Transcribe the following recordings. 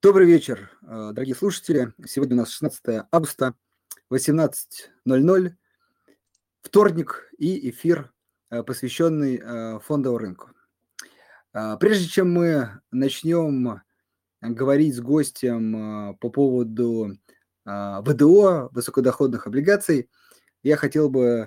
Добрый вечер, дорогие слушатели. Сегодня у нас 16 августа, 18:00, вторник и эфир, посвященный фондовому рынку. Прежде чем мы начнем говорить с гостем по поводу ВДО, высокодоходных облигаций, я хотел бы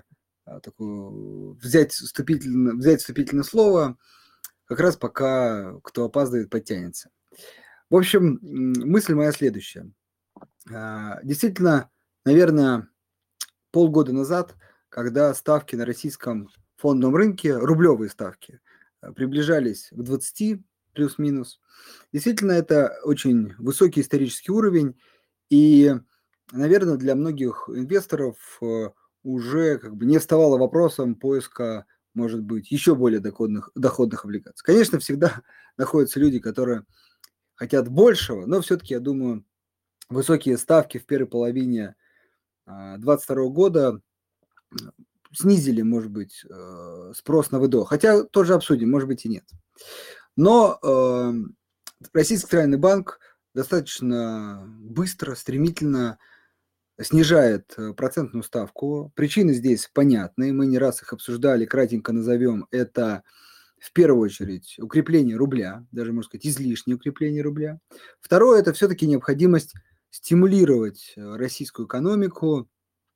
взять вступительное слово, как раз пока кто опаздывает, подтянется. В общем, мысль моя следующая. Действительно, наверное, полгода назад, когда ставки на российском фондовом рынке, рублевые ставки, приближались к 20 плюс-минус, действительно, это очень высокий исторический уровень, и, наверное, для многих инвесторов уже не вставало вопросом поиска, может быть, еще более доходных облигаций. Конечно, всегда находятся люди, которые хотят большего, но все-таки, я думаю, высокие ставки в первой половине 2022 года снизили, может быть, спрос на ВДО. Хотя тоже обсудим, может быть и нет. Но Российский центральный банк достаточно быстро, стремительно снижает процентную ставку. Причины здесь понятны, мы не раз их обсуждали, кратенько назовем. Это в первую очередь укрепление рубля, даже, можно сказать, излишнее укрепление рубля. Второе – это все-таки необходимость стимулировать российскую экономику,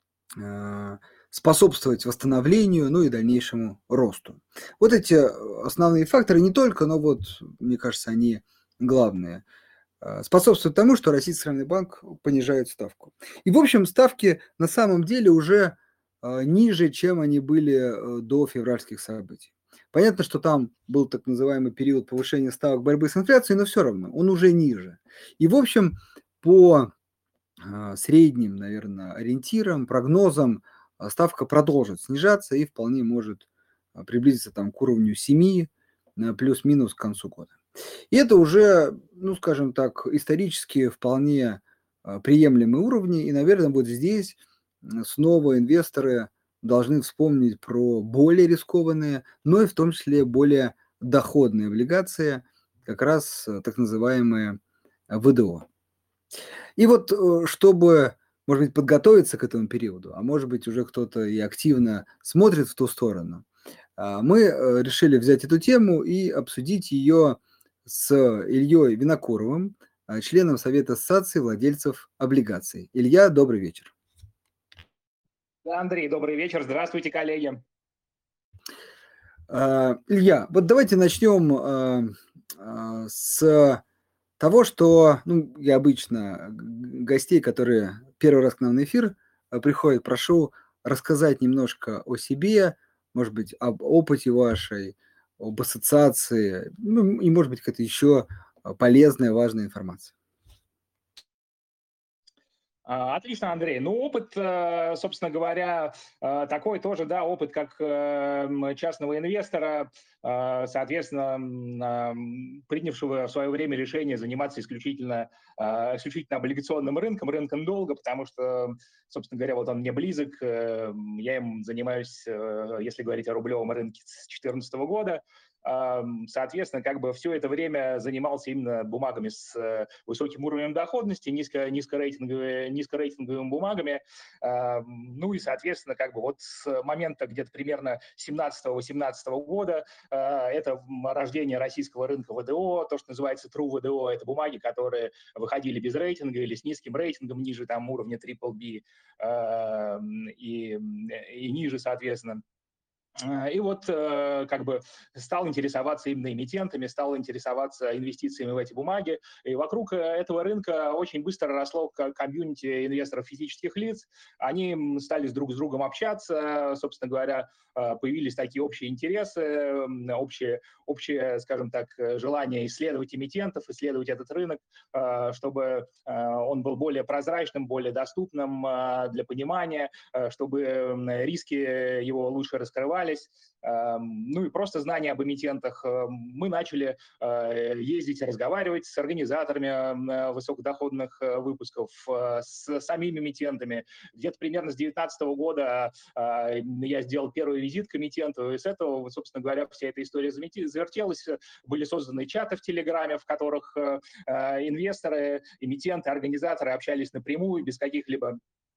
способствовать восстановлению, ну и дальнейшему росту. Вот эти основные факторы, не только, но вот, мне кажется, они главные. Способствуют тому, что Российский центральный банк понижает ставку. И, в общем, ставки на самом деле уже ниже, чем они были до февральских событий. Понятно, что там был так называемый период повышения ставок борьбы с инфляцией, но все равно он уже ниже. И, в общем, по средним, наверное, ориентирам, прогнозам ставка продолжит снижаться и вполне может приблизиться там к уровню 7 плюс-минус к концу года. И это уже, ну, скажем так, исторически вполне приемлемые уровни. И, наверное, вот здесь снова инвесторы должны вспомнить про более рискованные, но и в том числе более доходные облигации, как раз так называемые ВДО. И вот чтобы, может быть, подготовиться к этому периоду, а может быть, уже кто-то и активно смотрит в ту сторону, мы решили взять эту тему и обсудить ее с Ильей Винокуровым, членом Совета ассоциации владельцев облигаций. Илья, добрый вечер. Да, Андрей, добрый вечер. Здравствуйте, коллеги. Илья, вот давайте начнем с того, что я обычно гостей, которые первый раз к нам на эфир приходят, прошу рассказать немножко о себе, может быть, об опыте вашей, об ассоциации, ну и, может быть, какая-то еще полезная, важная информация. Отлично, Андрей. Ну, опыт, собственно говоря, такой тоже, да, опыт как частного инвестора, соответственно, принявшего в свое время решение заниматься исключительно облигационным рынком долга, потому что, собственно говоря, вот он мне близок, я им занимаюсь, если говорить о рублевом рынке, с 2014 года. Соответственно, как бы все это время занимался именно бумагами с высоким уровнем доходности, низкорейтинговыми бумагами. Ну и, соответственно, как бы вот с момента где-то примерно 17-18 года это рождение российского рынка ВДО, то, что называется True ВДО, это бумаги, которые выходили без рейтинга или с низким рейтингом, ниже там уровня BBB и ниже, соответственно. И вот как бы стал интересоваться именно эмитентами, стал интересоваться инвестициями в эти бумаги. И вокруг этого рынка очень быстро росло комьюнити инвесторов физических лиц. Они стали друг с другом общаться, собственно говоря, появились такие общие интересы, общее, скажем так, желание исследовать эмитентов, исследовать этот рынок, чтобы он был более прозрачным, более доступным для понимания, чтобы риски его лучше раскрывать, занимались. Ну и просто знание об эмитентах. Мы начали ездить, разговаривать с организаторами высокодоходных выпусков, с самими эмитентами. Где-то примерно с 2019 года я сделал первый визит к эмитенту, и с этого, собственно говоря, вся эта история завертелась. Были созданы чаты в Телеграме, в которых инвесторы, эмитенты, организаторы общались напрямую, без каких-либо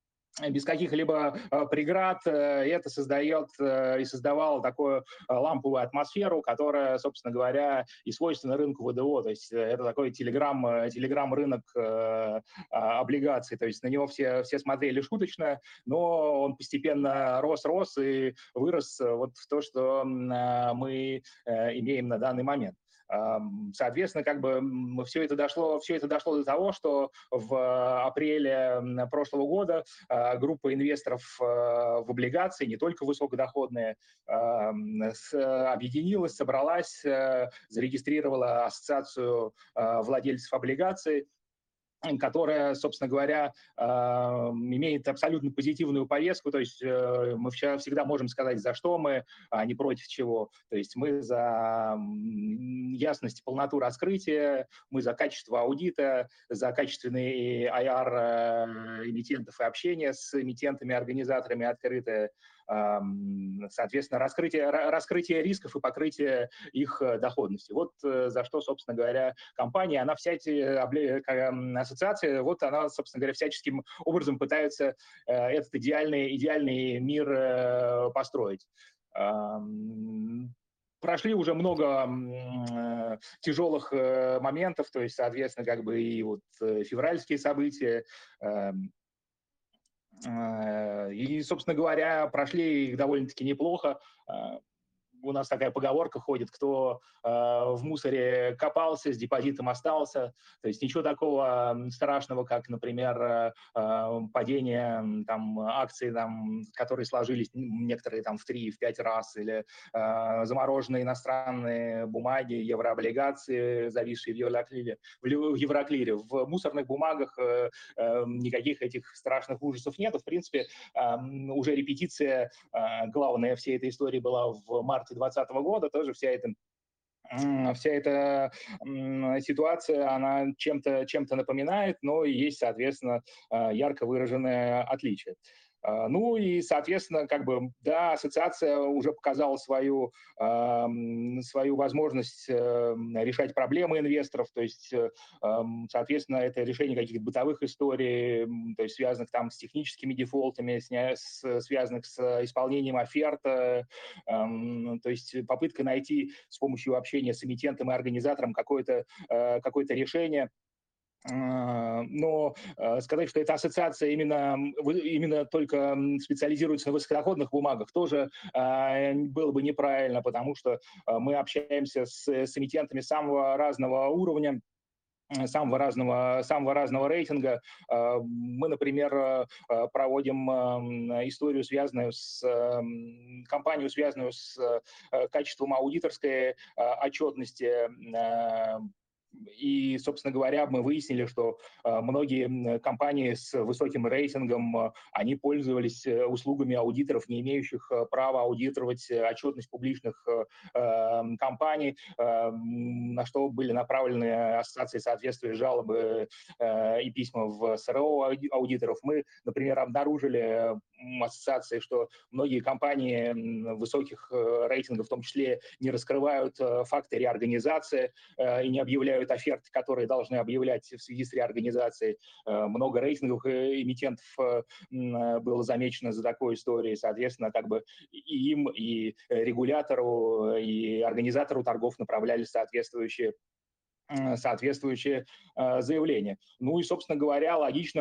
преград, и это создает и создавало такую ламповую атмосферу, которая, собственно говоря, и свойственна рынку ВДО. То есть это такой телеграм-рынок облигаций. То есть на него все смотрели шуточно, но он постепенно рос и вырос вот в то, что мы имеем на данный момент. Соответственно, как бы все это дошло до того, что в апреле прошлого года группа инвесторов в облигации, не только высокодоходные, объединилась, собралась, зарегистрировала ассоциацию владельцев облигаций, которая, собственно говоря, имеет абсолютно позитивную повестку, то есть мы всегда можем сказать, за что мы, а не против чего. То есть мы за ясность и полноту раскрытия, мы за качество аудита, за качественный IR эмитентов и общение с эмитентами, организаторами открытое. Соответственно, раскрытие рисков и покрытие их доходности. Вот за что, собственно говоря, компания, она вся эти ассоциации, вот она, собственно говоря, всяческим образом пытается этот идеальный мир построить. Прошли уже много тяжелых моментов, то есть, соответственно, как бы и вот февральские события, и, собственно говоря, прошли их довольно-таки неплохо. У нас такая поговорка ходит, кто в мусоре копался, с депозитом остался. То есть ничего такого страшного, как, например, падение там, акций, там, которые сложились некоторые там, в 3-5 раз, или замороженные иностранные бумаги, еврооблигации, зависшие в Евроклире. В мусорных бумагах никаких этих страшных ужасов нет. В принципе, уже репетиция главная всей этой истории была в марте 2020 года, тоже вся эта ситуация, она чем-то напоминает, но есть, соответственно, ярко выраженное отличие. Ну и, соответственно, как бы, да, ассоциация уже показала свою возможность решать проблемы инвесторов, то есть, соответственно, это решение каких-то бытовых историй, то есть связанных там с техническими дефолтами, связанных с исполнением оферт, то есть попытка найти с помощью общения с эмитентом и организатором какое-то решение. Но сказать, что эта ассоциация именно только специализируется на высокодоходных бумагах, тоже было бы неправильно, потому что мы общаемся с эмитентами самого разного уровня, самого разного рейтинга. Мы, например, проводим историю, кампанию, связанную с качеством аудиторской отчетности. И, собственно говоря, мы выяснили, что многие компании с высоким рейтингом, они пользовались услугами аудиторов, не имеющих права аудитировать отчетность публичных компаний, на что были направлены ассоциации соответствия жалобы и письма в СРО аудиторов. Мы, например, обнаружили ассоциации, что многие компании высоких рейтингов в том числе не раскрывают факты реорганизации и не объявляют оферты, которые должны объявлять в связи с реорганизацией. Много рейтинговых эмитентов было замечено за такой историей. Соответственно, как бы и им, и регулятору, и организатору торгов направляли соответствующие заявления. Ну и, собственно говоря,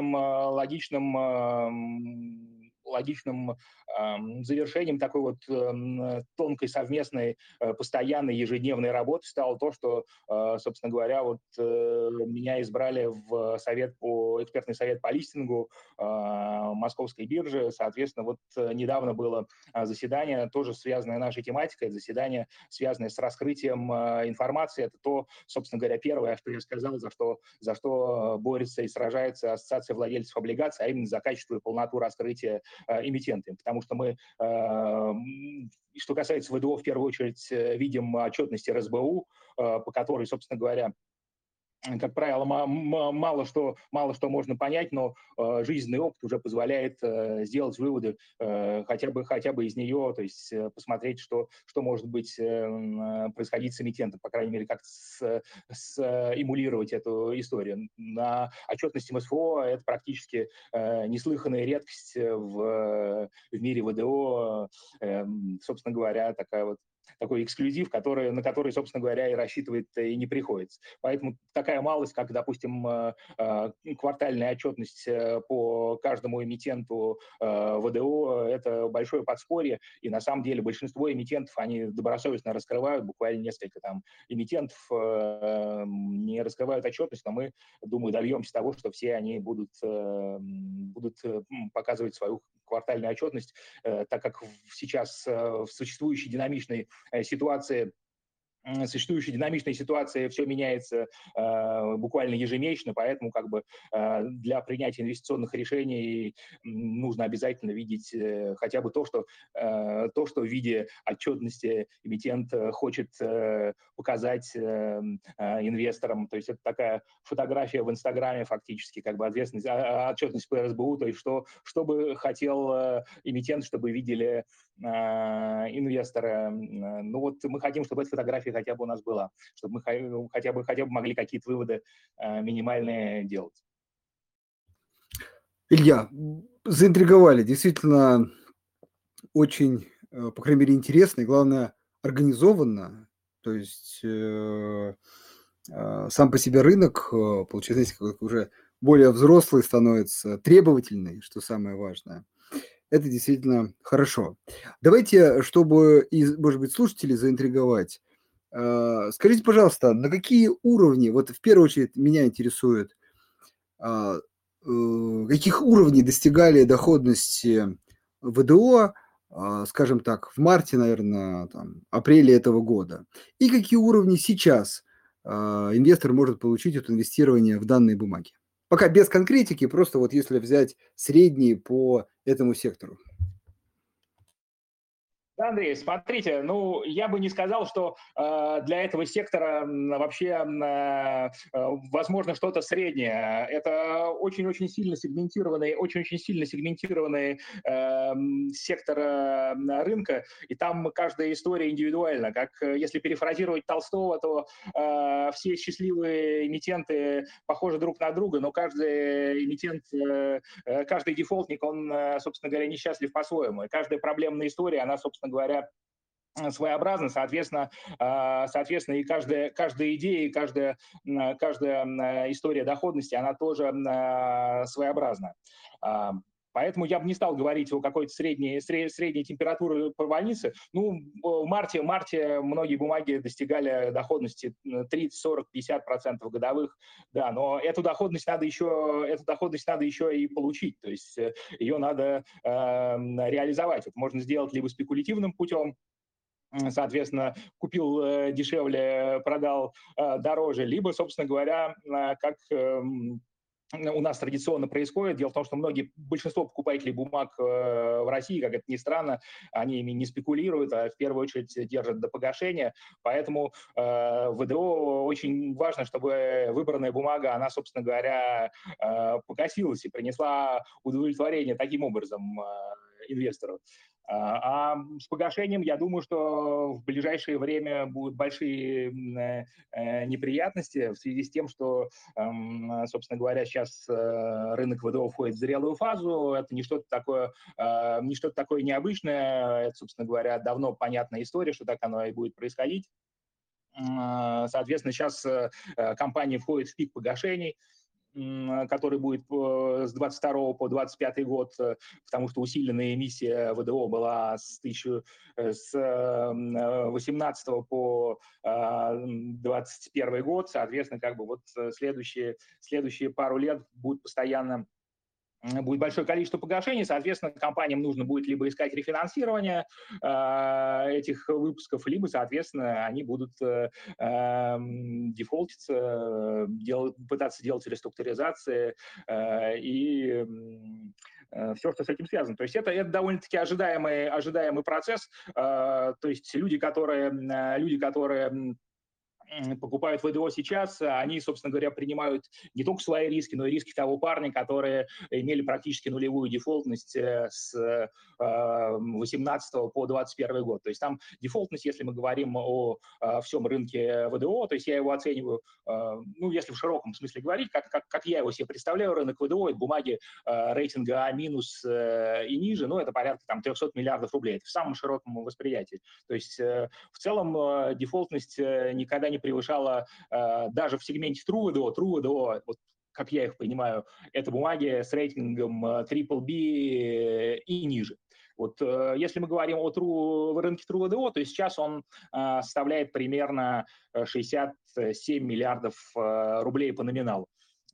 логичным завершением такой вот тонкой совместной постоянной ежедневной работы стало то, что, собственно говоря, вот меня избрали в экспертный совет по листингу Московской биржи. Соответственно, вот недавно было заседание, тоже связанное нашей тематикой, заседание, связанное с раскрытием информации. Это то, собственно говоря, первое, что я сказал, за что борется и сражается Ассоциация владельцев облигаций, а именно за качество и полноту раскрытия эмитенты, потому что мы, что касается ВДО, в первую очередь видим отчетности РСБУ, по которой, собственно говоря, как правило, мало что можно понять, но жизненный опыт уже позволяет сделать выводы хотя бы из нее, то есть посмотреть, что может быть происходить с эмитентом, по крайней мере, как эмулировать эту историю. На отчетности МСФО это практически неслыханная редкость в мире ВДО, собственно говоря, такой эксклюзив, на который, собственно говоря, и рассчитывать и не приходится. Поэтому такая малость, как, допустим, квартальная отчетность по каждому эмитенту ВДО, это большое подспорье, и на самом деле большинство эмитентов, они добросовестно раскрывают, буквально несколько там эмитентов не раскрывают отчетность, но мы, думаю, добьемся того, что все они будут показывать свою квартальную отчетность, так как сейчас в существующей динамичной ситуации все меняется буквально ежемесячно, поэтому для принятия инвестиционных решений нужно обязательно видеть хотя бы то, что в виде отчетности эмитент хочет показать инвесторам. То есть это такая фотография в Инстаграме фактически, отчетность по РСБУ, то есть что бы хотел эмитент, чтобы видели инвесторы. Ну вот мы хотим, чтобы эта фотография хотя бы у нас была, чтобы мы хотя бы могли какие-то выводы минимальные делать. Илья, заинтриговали. Действительно, очень, по крайней мере, интересно и, главное, организованно. То есть сам по себе рынок, получается, знаете, уже более взрослый становится, требовательный, что самое важное. Это действительно хорошо. Давайте, чтобы, может быть, слушателей заинтриговать, скажите, пожалуйста, на какие уровни, вот в первую очередь меня интересует, каких уровней достигали доходности ВДО, скажем так, в марте, наверное, апреле этого года, и какие уровни сейчас инвестор может получить от инвестирования в данные бумаги? Пока без конкретики, просто вот если взять средние по этому сектору. Да, Андрей, смотрите, я бы не сказал, что для этого сектора вообще возможно что-то среднее. Это очень-очень сильно сегментированный, сектор рынка, и там каждая история индивидуальна. Как если перефразировать Толстого, то все счастливые эмитенты похожи друг на друга, но каждый эмитент, каждый дефолтник, он, собственно говоря, несчастлив по-своему. И каждая проблемная история, она, собственно говоря, своеобразно, соответственно, и каждая идея, и каждая история доходности, она тоже своеобразна. Поэтому я бы не стал говорить о какой-то средней температуре по больнице. В марте многие бумаги достигали доходности 30, 40, 50% годовых, да, но эту доходность надо еще и получить, то есть ее надо реализовать. Это можно сделать либо спекулятивным путем, соответственно, купил дешевле, продал дороже, либо, собственно говоря, как у нас традиционно происходит. Дело в том, что большинство покупателей бумаг в России, как это ни странно, они ими не спекулируют, а в первую очередь держат до погашения. Поэтому в ВДО очень важно, чтобы выбранная бумага, она, собственно говоря, погасилась и принесла удовлетворение таким образом инвестору. А с погашением, я думаю, что в ближайшее время будут большие неприятности в связи с тем, что, собственно говоря, сейчас рынок ВДО входит в зрелую фазу. Это не что-то такое необычное. Это, собственно говоря, давно понятная история, что так оно и будет происходить. Соответственно, сейчас компания входит в пик погашений, который будет с 22 по 25 год, потому что усиленная эмиссия ВДО была с 18 по 21 год. Соответственно, следующие пару лет будет большое количество погашений, соответственно, компаниям нужно будет либо искать рефинансирование этих выпусков, либо, соответственно, они будут дефолтиться, пытаться делать реструктуризации и все, что с этим связано. То есть это довольно-таки ожидаемый процесс. То есть люди, которые покупают ВДО сейчас, они, собственно говоря, принимают не только свои риски, но и риски того парня, которые имели практически нулевую дефолтность с 18 по 21 год. То есть там дефолтность, если мы говорим о всем рынке ВДО, то есть я его оцениваю, ну, если в широком смысле говорить, как я его себе представляю, рынок ВДО, это бумаги рейтинга А- и ниже, ну, это порядка там 300 миллиардов рублей. Это в самом широком восприятии. То есть в целом дефолтность никогда не превышала даже в сегменте True VDO, вот как я их понимаю, это бумаги с рейтингом BBB и ниже. Вот если мы говорим о рынке True VDO, то сейчас он составляет примерно 67 миллиардов рублей по номиналу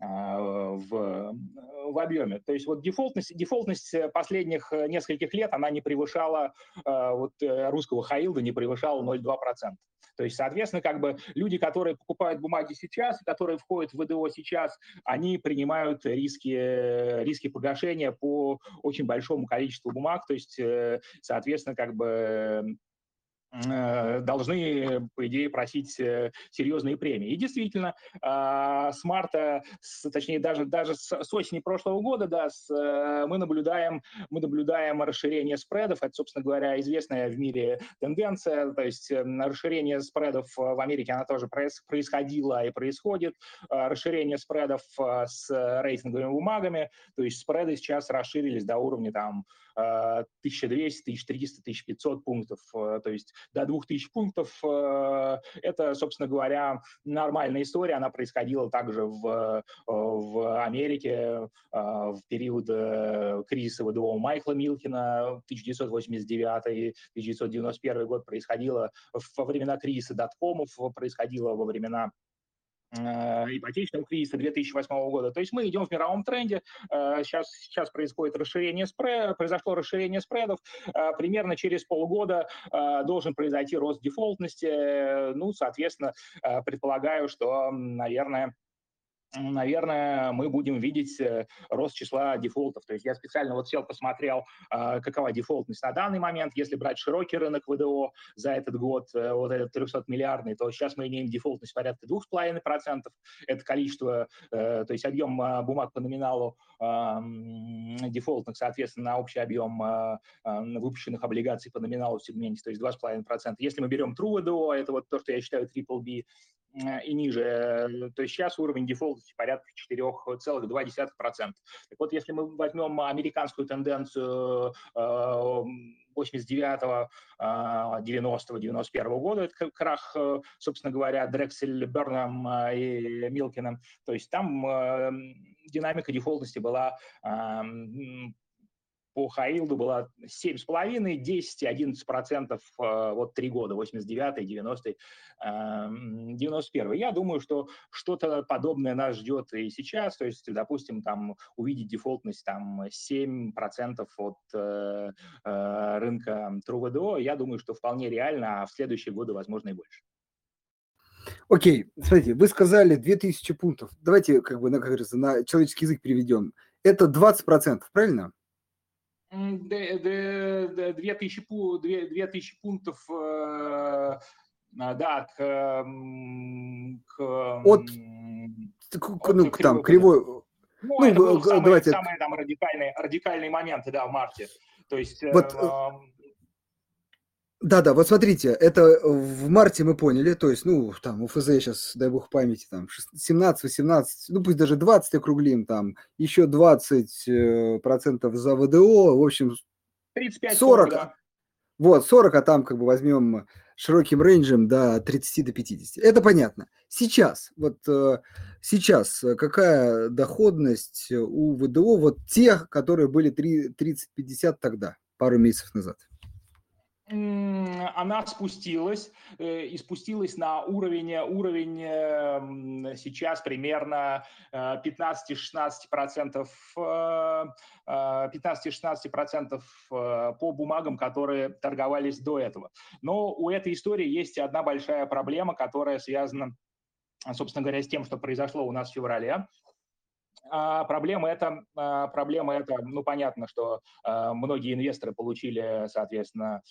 в объеме. То есть вот дефолтность последних нескольких лет, она не превышала, русского хай-йилда не превышала 0,2%. То есть, соответственно, как бы люди, которые покупают бумаги сейчас, которые входят в ВДО сейчас, они принимают риски погашения по очень большому количеству бумаг. То есть, соответственно, как бы должны, по идее, просить серьезные премии. И действительно, с марта, точнее, даже с осени прошлого года, да, мы наблюдаем расширение спредов. Это, собственно говоря, известная в мире тенденция. То есть расширение спредов в Америке, она тоже происходила и происходит. Расширение спредов с рейтинговыми бумагами. То есть спреды сейчас расширились до уровня там 1200, 1300, 1500 пунктов, то есть до 2000 пунктов. Это, собственно говоря, нормальная история. Она происходила также в Америке в период кризиса ВДО Майкла Милкина 1989-1991 год, происходило во времена кризиса доткомов, происходило во времена ипотечного кризиса 2008 года. То есть мы идем в мировом тренде. Сейчас произошло расширение спредов. Примерно через полгода должен произойти рост дефолтности. Ну, соответственно, предполагаю, что, наверное, мы будем видеть рост числа дефолтов. То есть я специально вот сел, посмотрел, какова дефолтность на данный момент. Если брать широкий рынок ВДО за этот год, вот этот 300-миллиардный, то сейчас мы имеем дефолтность порядка 2,5%. Это количество, то есть объем бумаг по номиналу дефолтных, соответственно, на общий объем выпущенных облигаций по номиналу в сегменте, то есть 2,5%. Если мы берем True VDO, это вот то, что я считаю BBB, и ниже, то есть сейчас уровень дефолтности порядка 4,2%. Так вот, если мы возьмем американскую тенденцию 89-го, 90-го, 91-го года, это крах, собственно говоря, Дрексель, Берном и Милкиным, то есть там динамика дефолтности была по хай-йилду была 7,5, 10, 11% вот 3 года, 89-й, 90-й, 91-й. Я думаю, что что-то подобное нас ждет и сейчас. То есть, допустим, там увидеть дефолтность там 7% от рынка True VDO, я думаю, что вполне реально, а в следующие годы, возможно, и больше. Окей, смотрите, вы сказали 2000 пунктов. Давайте, как бы, как говорится, на человеческий язык переведем. Это 20%, правильно? 2000 пунктов, да, кривой. Ну, это был самые там радикальные моменты, да, в марте. То есть... Вот, да, вот смотрите, это в марте мы поняли, то есть, ну, там, УФЗ сейчас, дай бог памяти, там, 17, 18, ну, пусть даже 20 округлим, там, еще 20% за ВДО, в общем, 35-40, да. Вот, 40, а там, как бы, возьмем широким рейнджем до 30 до 50. Это понятно. Сейчас какая доходность у ВДО, вот тех, которые были 30-50 тогда, пару месяцев назад? Она спустилась и спустилась на уровень сейчас примерно 15-16% по бумагам, которые торговались до этого. Но у этой истории есть одна большая проблема, которая связана, собственно говоря, с тем, что произошло у нас в феврале. ну, понятно, что многие инвесторы получили, соответственно,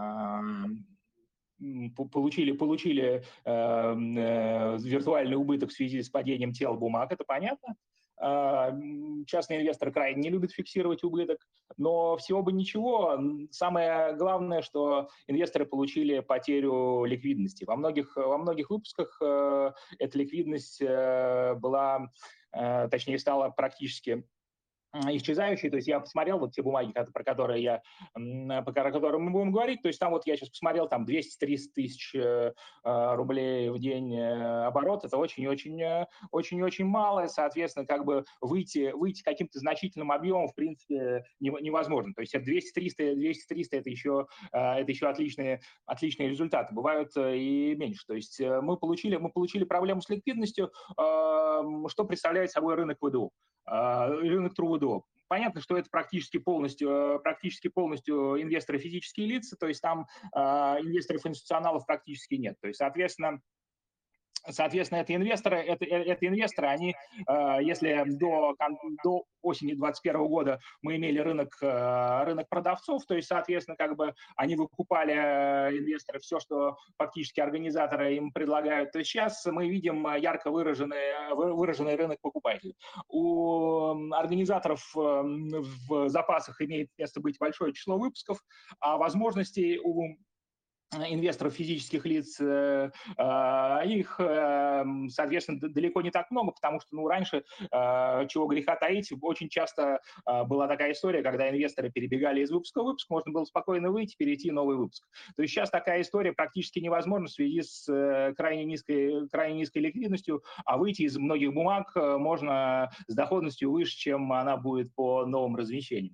получили виртуальный убыток в связи с падением тел бумаг, это понятно. Частные инвесторы крайне не любят фиксировать убыток, но всего бы ничего. Самое главное, что инвесторы получили потерю ликвидности. Во многих выпусках эта ликвидность была, точнее, стала практически исчезающие, то есть я посмотрел вот те бумаги, про которые мы будем говорить, то есть там вот я сейчас посмотрел, там 200-300 тысяч рублей в день оборот, это очень-очень мало, соответственно, как бы выйти каким-то значительным объемом, в принципе, невозможно, то есть 200-300 это еще отличные результаты, бывают и меньше, то есть мы получили проблему с ликвидностью, что представляет собой рынок ВДО. Рынок ТРУ-ВДО. Понятно, что это практически полностью инвесторы физические лица, то есть там инвесторов-институционалов практически нет. То есть, соответственно, эти инвесторы, они, если до осени 2021 года мы имели рынок продавцов, то есть, соответственно, как бы они выкупали инвесторы все, что фактически организаторы им предлагают, то сейчас мы видим ярко выраженный рынок покупателей. У организаторов в запасах имеет место быть большое число выпусков, а возможностей у инвесторов физических лиц, их, соответственно, далеко не так много, потому что, раньше, чего греха таить, очень часто была такая история, когда инвесторы перебегали из выпуска в выпуск, можно было спокойно выйти, перейти в новый выпуск. То есть сейчас такая история практически невозможна в связи с крайне низкой ликвидностью, а выйти из многих бумаг можно с доходностью выше, чем она будет по новым размещениям.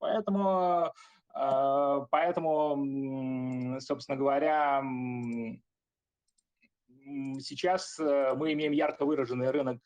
Поэтому, собственно говоря, сейчас мы имеем ярко выраженный рынок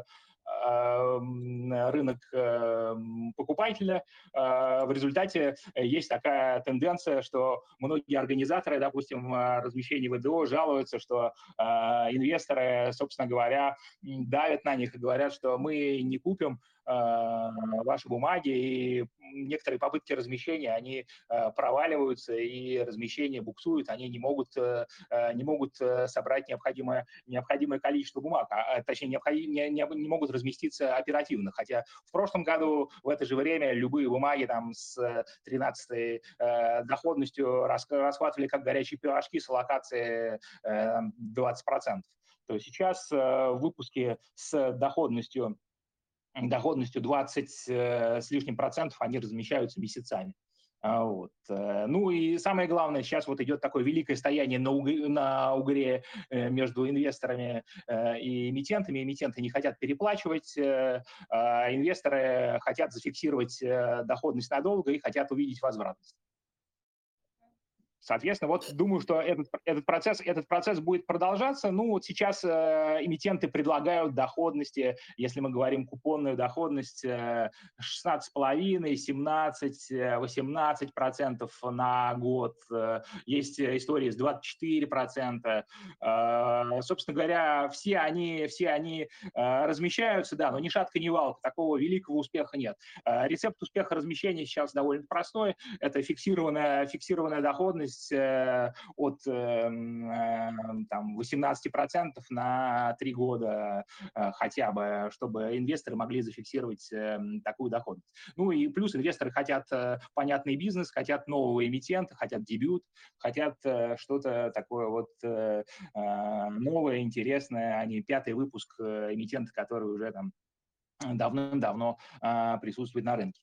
покупателя. В результате есть такая тенденция, что многие организаторы, допустим, размещения ВДО жалуются, что инвесторы, собственно говоря, давят на них и говорят, что мы не купим ваши бумаги, и некоторые попытки размещения, они проваливаются, и размещение буксует, они не могут собрать необходимое количество бумаг, точнее, не могут разместиться оперативно. Хотя в прошлом году в это же время любые бумаги там с 13-й доходностью расхватывали как горячие пирожки с аллокацией 20%. То есть сейчас выпуски с доходностью 20 с лишним процентов, они размещаются месяцами. Вот. Ну и самое главное, сейчас вот идет такое великое стояние на угре между инвесторами и эмитентами. Эмитенты не хотят переплачивать, инвесторы хотят зафиксировать доходность надолго и хотят увидеть возвратность. Соответственно, вот думаю, что этот процесс будет продолжаться. Ну, вот сейчас эмитенты предлагают доходности, если мы говорим купонную доходность, 16,5, 17, 18% на год. Есть истории с 24%. Собственно говоря, все они размещаются, да, но ни шатка, ни валка. Такого великого успеха нет. Рецепт успеха размещения сейчас довольно простой. Это фиксированная доходность от 18% на 3 года хотя бы, чтобы инвесторы могли зафиксировать такую доходность. Ну и плюс инвесторы хотят понятный бизнес, хотят нового эмитента, хотят дебют, хотят что-то такое вот новое, интересное, а не 5-й выпуск эмитента, который уже там давным-давно присутствует на рынке.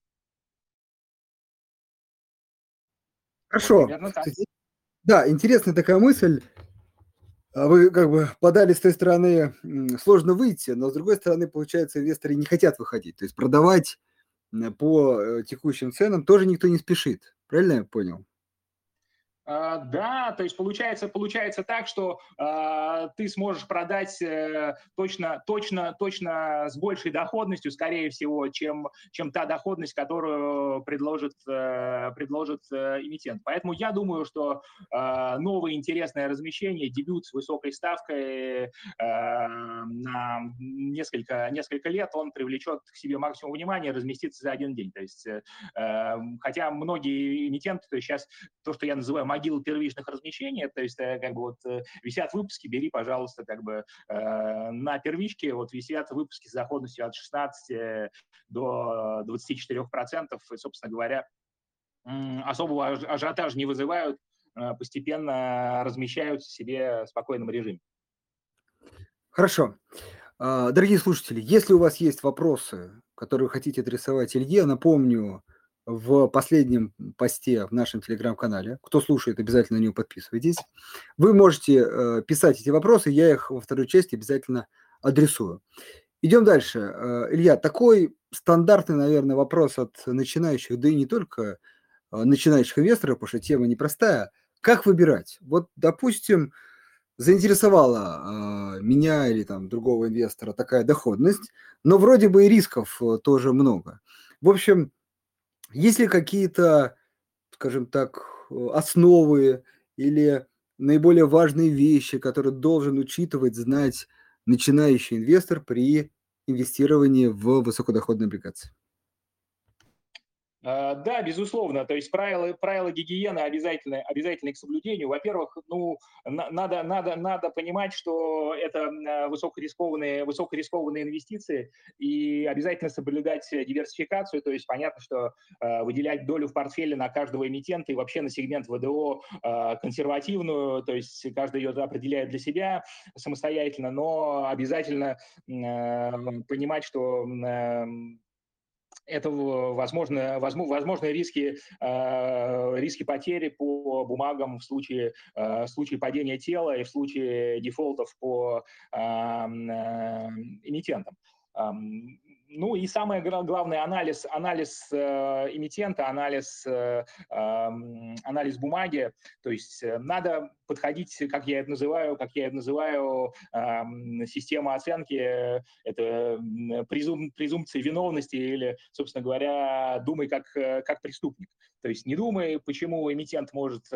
Хорошо. Вот примерно так. Да, интересная такая мысль. Вы как бы подали с той стороны, сложно выйти, но с другой стороны, получается, инвесторы не хотят выходить. То есть продавать по текущим ценам тоже никто не спешит. Правильно я понял? Да, то есть получается так, что ты сможешь продать точно с большей доходностью, скорее всего, чем та доходность, которую предложит эмитент. Поэтому я думаю, что новое интересное размещение, дебют с высокой ставкой на несколько лет, он привлечет к себе максимум внимания, разместится за один день. То есть, хотя многие эмитенты, то есть сейчас то, что я называю могилы первичных размещений, то есть как бы вот висят выпуски, бери, пожалуйста, как бы на первичке вот висят выпуски с доходностью от 16 до 24%, и, собственно говоря, особого ажиотажа не вызывают, постепенно размещаются себе в спокойном режиме. Хорошо. Дорогие слушатели, если у вас есть вопросы, которые вы хотите адресовать Илье, напомню, в последнем посте в нашем телеграм-канале, кто слушает, обязательно на него подписывайтесь. Вы можете писать эти вопросы, я их во второй части обязательно адресую. Идем дальше. Илья, такой стандартный, наверное, вопрос от начинающих, да и не только начинающих инвесторов, потому что тема непростая. Как выбирать? Вот, допустим, заинтересовала меня или там другого инвестора такая доходность, но вроде бы и рисков тоже много. В общем, есть ли какие-то, скажем так, основы или наиболее важные вещи, которые должен учитывать, знать начинающий инвестор при инвестировании в высокодоходные облигации? Да, безусловно. То есть правила гигиены обязательны к соблюдению. Во-первых, ну, надо понимать, что это высокорискованные инвестиции, и обязательно соблюдать диверсификацию. То есть понятно, что выделять долю в портфеле на каждого эмитента и вообще на сегмент ВДО консервативную, то есть каждый ее определяет для себя самостоятельно, но обязательно понимать, что это возможны риски потери по бумагам в случае падения тела и в случае дефолтов по эмитентам. Ну и самое главное, анализ эмитента, анализ бумаги. То есть надо подходить, как я это называю, система оценки, это презумпция виновности или, собственно говоря, думай как преступник. То есть не думай, почему эмитент может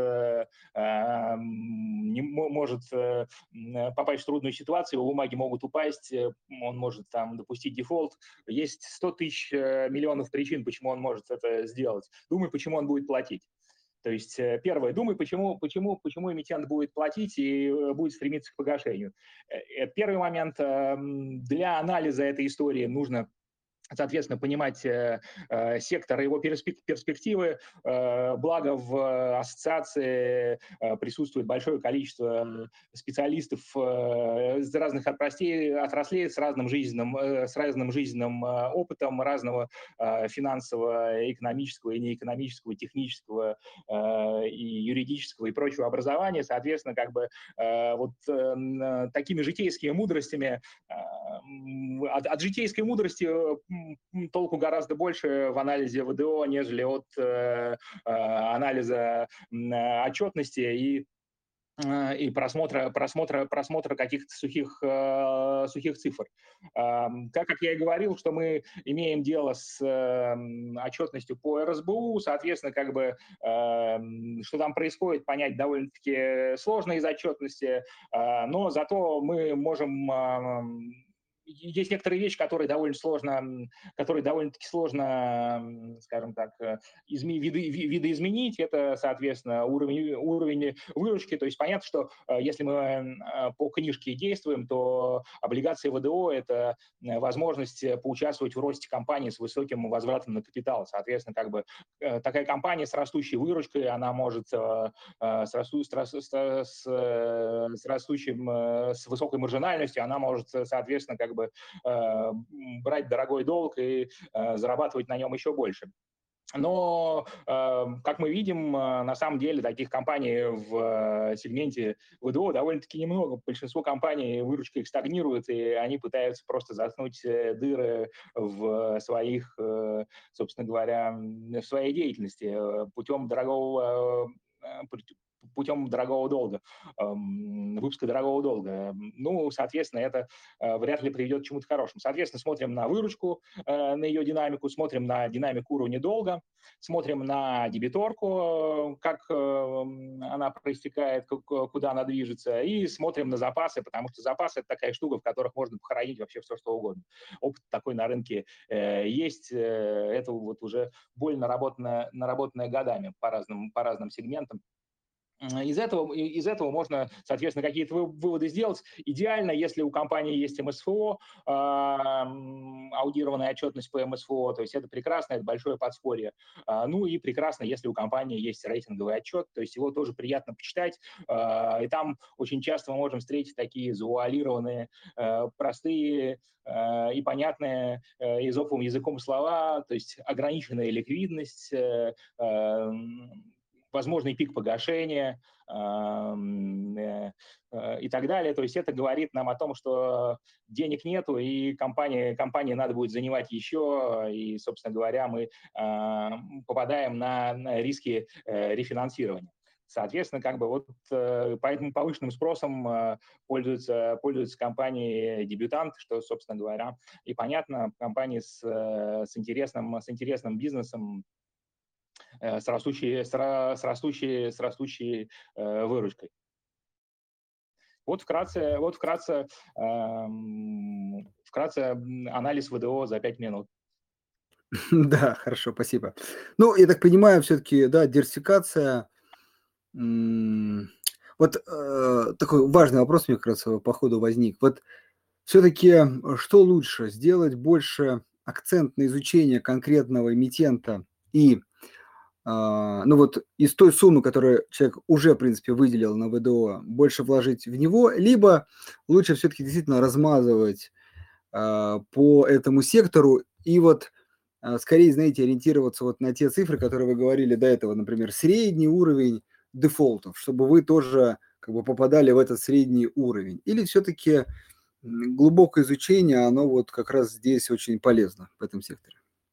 попасть в трудную ситуацию, его бумаги могут упасть, он может там допустить дефолт. Есть 100 тысяч миллионов причин, почему он может это сделать. Думай, почему он будет платить. То есть первое, думай, почему эмитент будет платить и будет стремиться к погашению. Это первый момент. Для анализа этой истории нужно, соответственно, понимать сектор и его перспективы. Благо в ассоциации присутствует большое количество специалистов из разных отраслей с разным жизненным опытом, разного финансового, экономического и неэкономического, технического и юридического и прочего образования. Соответственно, как бы такими житейскими мудростями от житейской мудрости толку гораздо больше в анализе ВДО, нежели от анализа отчетности и просмотра каких-то сухих цифр. Так как я и говорил, что мы имеем дело с отчетностью по РСБУ, соответственно, как бы, что там происходит, понять довольно-таки сложно из отчетности, но зато мы можем есть некоторые вещи, которые довольно-таки сложно, скажем так, видоизменить. Это, соответственно, уровень выручки. То есть понятно, что если мы по книжке действуем, то облигации ВДО – это возможность поучаствовать в росте компании с высоким возвратом на капитал. Соответственно, как бы такая компания с растущей выручкой, она может с высокой маржинальностью, она может, соответственно, как бы брать дорогой долг и зарабатывать на нем еще больше. Но, как мы видим, на самом деле таких компаний в сегменте ВДО довольно-таки немного. Большинство компаний выручка их стагнирует, и они пытаются просто заткнуть дыры в своих, собственно говоря, в своей деятельности путем путем дорогого долга, выпуска дорогого долга. Ну, соответственно, это вряд ли приведет к чему-то хорошему. Соответственно, смотрим на выручку, на ее динамику, смотрим на динамику уровня долга, смотрим на дебиторку, как она проистекает, куда она движется, и смотрим на запасы, потому что запасы – это такая штука, в которых можно похоронить вообще все, что угодно. Опыт такой на рынке есть, это вот уже более наработанное годами по разным сегментам. Из этого можно, соответственно, какие-то выводы сделать. Идеально, если у компании есть МСФО, аудированная отчетность по МСФО, то есть это прекрасно, это большое подспорье. Ну и прекрасно, если у компании есть рейтинговый отчет, то есть его тоже приятно почитать. И там очень часто мы можем встретить такие завуалированные, простые и понятные эзоповым языком слова, то есть ограниченная ликвидность, возможный пик погашения и так далее. То есть это говорит нам о том, что денег нету, и компании надо будет занимать еще, и, собственно говоря, мы попадаем на риски рефинансирования. Соответственно, как бы вот по этим повышенным спросом пользуются компании-дебютанты, что, собственно говоря, и понятно, компании с интересным бизнесом, с растущей выручкой. Вкратце анализ ВДО за 5 минут. Да, хорошо, спасибо. Ну, я так понимаю, все-таки, да, диверсификация. Вот такой важный вопрос мне как раз по ходу возник. Вот все-таки что лучше, сделать больше акцент на изучение конкретного эмитента и, ну вот из той суммы, которую человек уже, в принципе, выделил на ВДО, больше вложить в него, либо лучше все-таки действительно размазывать по этому сектору и вот скорее, знаете, ориентироваться вот на те цифры, которые вы говорили до этого, например, средний уровень дефолтов, чтобы вы тоже как бы попадали в этот средний уровень. Или все-таки глубокое изучение, оно вот как раз здесь очень полезно в этом секторе?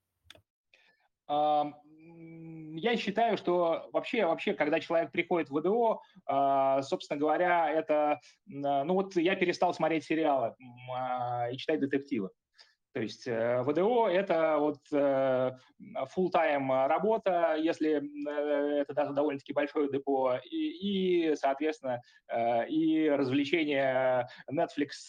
Я считаю, что вообще, когда человек приходит в ВДО, собственно говоря, это, ну вот я перестал смотреть сериалы и читать детективы. То есть ВДО – это вот full-time работа, если это даже довольно-таки большое депо, соответственно, и развлечения Netflix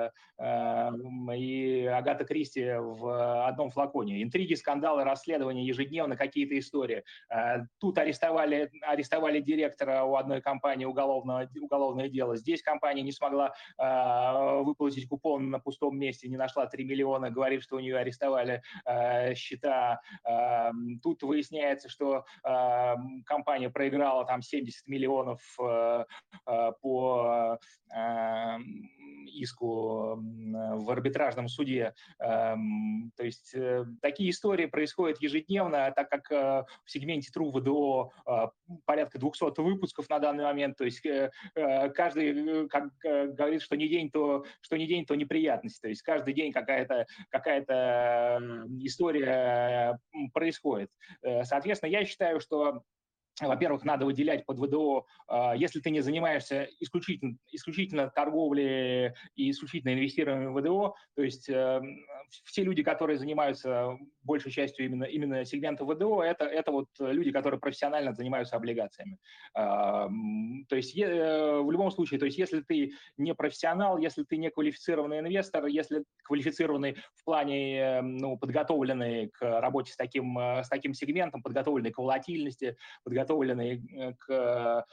и Агата Кристи в одном флаконе. Интриги, скандалы, расследования, ежедневно какие-то истории. Тут арестовали директора у одной компании, уголовное дело. Здесь компания не смогла выплатить купон на пустом месте, не нашла 3 миллиона, говорит, что у нее арестовали счета. Тут выясняется, что компания проиграла там 70 миллионов по иску в арбитражном суде. То есть такие истории происходят ежедневно, так как в сегменте True VDO порядка 200 выпусков на данный момент. То есть каждый, как говорит, что не день, то неприятность. То есть каждый день какая-то история происходит. Соответственно, я считаю, что во-первых, надо выделять под ВДО, если ты не занимаешься исключительно торговлей и исключительно инвестированием в ВДО, то есть все люди, которые занимаются большей частью именно сегмента ВДО, это вот люди, которые профессионально занимаются облигациями. То есть в любом случае, то есть если ты не профессионал, если ты не квалифицированный инвестор, если квалифицированный в плане, ну, подготовленный к работе с таким сегментом, подготовленный к волатильности, подготовленный к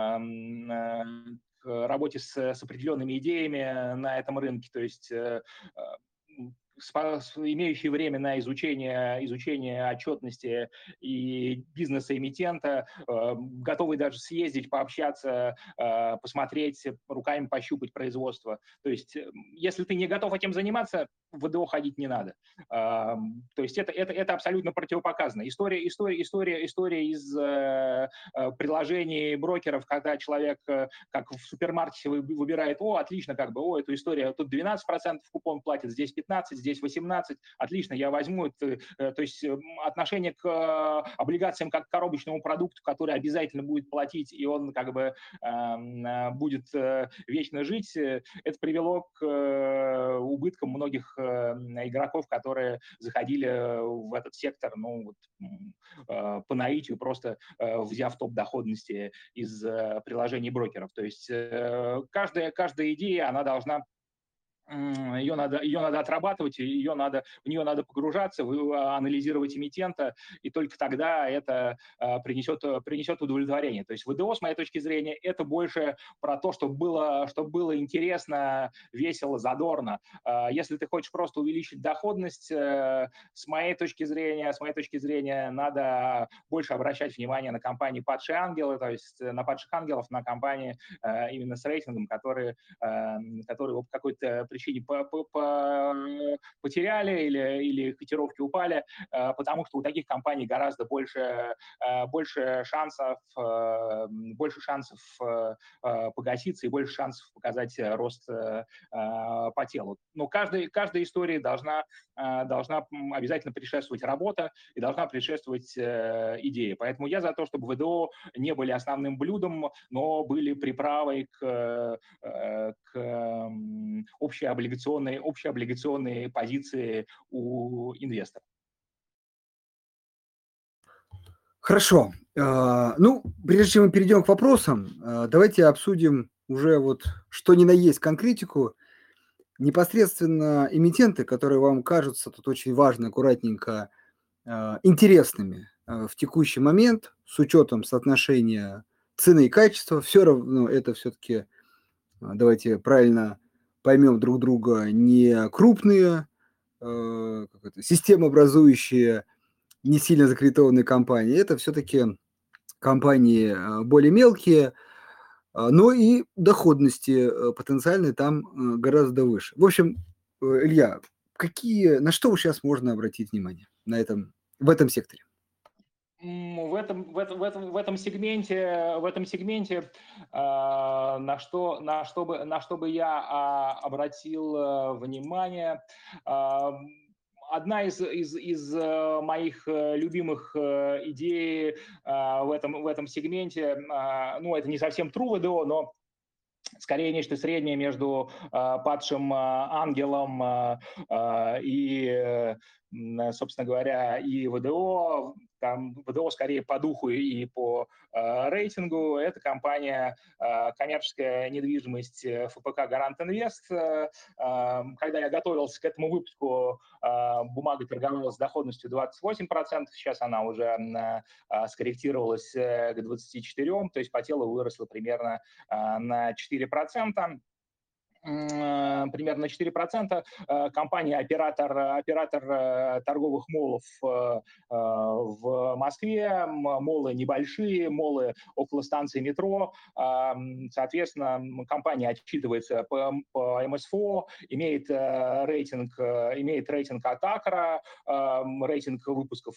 работе с определенными идеями на этом рынке, то есть имеющие время на изучение отчетности и бизнеса эмитента, готовый даже съездить, пообщаться, посмотреть, руками пощупать производство. То есть если ты не готов этим заниматься, в ВДО ходить не надо. То есть это абсолютно противопоказано. История из приложений брокеров, когда человек, как в супермаркете, выбирает, отлично, эту историю, тут 12% купон платит, здесь 15%, здесь 18, отлично, я возьму это. То есть отношение к облигациям как к коробочному продукту, который обязательно будет платить, и он как бы будет вечно жить, это привело к убыткам многих игроков, которые заходили в этот сектор, ну, вот, по наитию, просто взяв топ доходности из приложений брокеров. То есть каждая идея, она должна ее надо отрабатывать, в нее надо погружаться, анализировать эмитента, и только тогда это принесет удовлетворение. То есть ВДО, с моей точки зрения, это больше про то, чтобы было интересно, весело, задорно. Если ты хочешь просто увеличить доходность, с моей точки зрения, надо больше обращать внимание на компании «Падшие ангелы», то есть на падших ангелов, на компании именно с рейтингом, которые по какой-то причине потеряли или котировки упали, потому что у таких компаний гораздо больше шансов погаситься и больше шансов показать рост по телу. Но каждой истории должна обязательно предшествовать работа и должна предшествовать идея. Поэтому я за то, чтобы ВДО не были основным блюдом, но были приправой к общей облигационной позиции у инвесторов. Хорошо. Ну, прежде чем мы перейдем к вопросам, давайте обсудим уже вот что ни на есть конкретику. Непосредственно эмитенты, которые вам кажутся тут очень важно, аккуратненько, интересными в текущий момент, с учетом соотношения цены и качества, все равно это все-таки, давайте правильно поймем друг друга, не крупные, системообразующие, не сильно закредитованные компании, это все-таки компании более мелкие, но и доходности потенциальные там гораздо выше. В общем, Илья, на что сейчас можно обратить внимание в этом секторе? В этом сегменте на что бы я обратил внимание, одна из моих любимых идей в этом сегменте, ну, это не совсем True VDO, но скорее нечто среднее между падшим ангелом и, собственно говоря, и ВДО. Там ВДО скорее по духу и по рейтингу. Это компания коммерческая недвижимость ФПК «Гарант Инвест». Когда я готовился к этому выпуску, бумага торговалась с доходностью 28%. Сейчас она уже скорректировалась к 24%, то есть по телу выросла примерно на 4%. Примерно 4%. Оператор торговых моллов в Москве, моллы небольшие, моллы около станции метро. Соответственно, компания отчитывается по МСФО, имеет рейтинг от Акра, рейтинг выпусков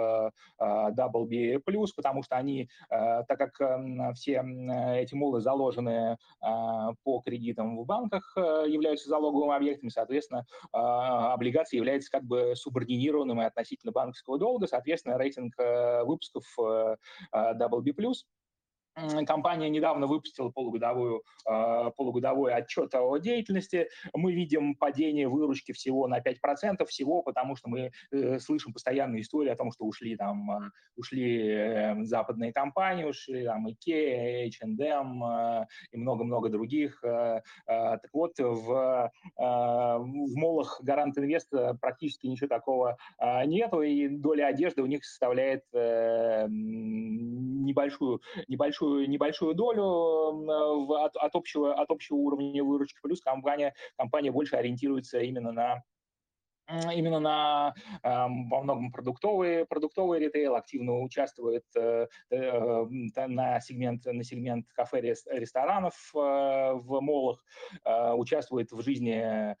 WB+, потому что они, так как все эти моллы заложены по кредитам в банках, являются залоговыми объектами, соответственно, облигации являются как бы субординированным и относительно банковского долга, соответственно, рейтинг выпусков WB+. Компания недавно выпустила полугодовой отчет о деятельности. Мы видим падение выручки всего на 5%, потому что мы слышим постоянные истории о том, что ушли западные компании, ушли там IKEA, H&M и много-много других. Так вот, в молах Гарант Инвест практически ничего такого нету, и доля одежды у них составляет небольшую долю от общего уровня выручки, плюс компания больше ориентируется именно на во многом продуктовый ритейл, активно участвует на сегмент кафе, ресторанов в молах, участвует в жизни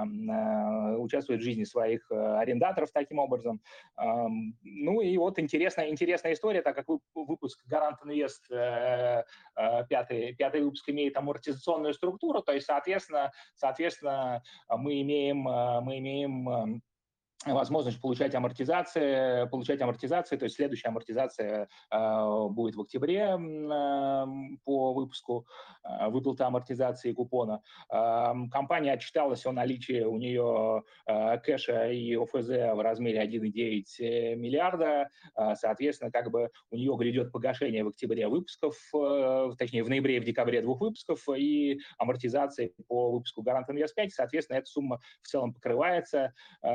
своих арендаторов таким образом. Ну и вот интересная история, так как выпуск Гарант Инвест, пятый выпуск, имеет амортизационную структуру, то есть, соответственно, мы имеем возможность получать амортизации, то есть следующая амортизация будет в октябре по выпуску выплаты амортизации купона. Компания отчиталась о наличии у нее кэша и ОФЗ в размере 1,9 миллиарда. Соответственно, как бы у нее грядет погашение в октябре выпусков, точнее, в ноябре и в декабре 2 выпусков и амортизации по выпуску Гарант Инвест 5. Соответственно, эта сумма в целом покрывается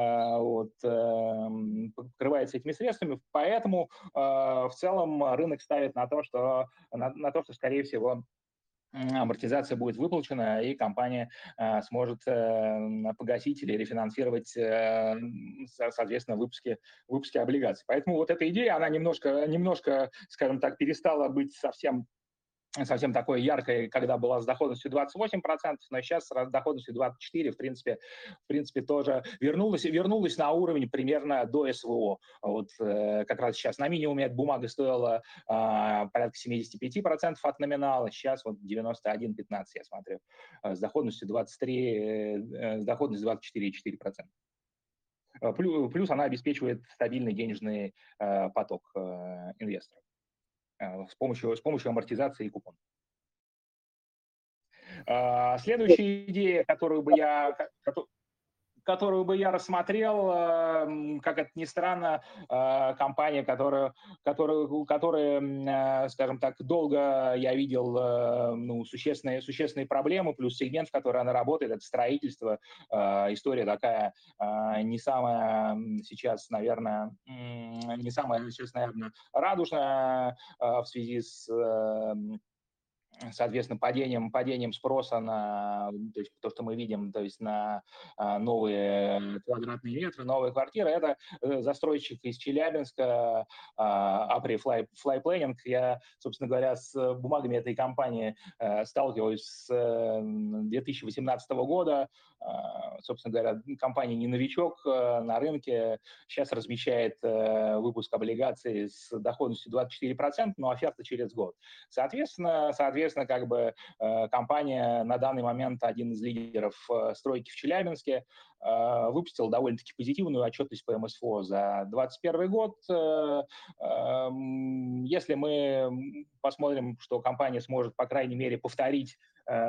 покрывается этими средствами, поэтому в целом рынок ставит на то, что, скорее всего, амортизация будет выплачена, и компания сможет погасить или рефинансировать, соответственно, выпуски облигаций. Поэтому вот эта идея, она немножко, скажем так, перестала быть совсем такой яркой, когда была с доходностью 28%, но сейчас с доходностью 24%, в принципе тоже вернулась на уровень примерно до СВО. Вот как раз сейчас на минимуме эта бумага стоила порядка 75% от номинала, сейчас вот 91,15 я смотрю, с доходностью 24,4%. Плюс она обеспечивает стабильный денежный поток инвесторов с помощью амортизации и купона. Следующая идея, которую бы я рассмотрел, как это ни странно, компания, которая, скажем так, долго я видел существенные проблемы, плюс сегмент, в который она работает, это строительство. История такая не самая сейчас, наверное, радужная в связи с соответственно, падением спроса то есть то, что мы видим, то есть на новые квадратные метры, новые квартиры. Это застройщик из Челябинска, Апри Флайпланинг. Я, собственно говоря, с бумагами этой компании сталкиваюсь с 2018 года. Собственно говоря, компания не новичок на рынке. Сейчас размещает выпуск облигаций с доходностью 24%, но оферта через год. Соответственно, как бы компания на данный момент один из лидеров стройки в Челябинске, выпустил довольно-таки позитивную отчетность по МСФО за 2021 год. Если мы посмотрим, что компания сможет, по крайней мере, повторить,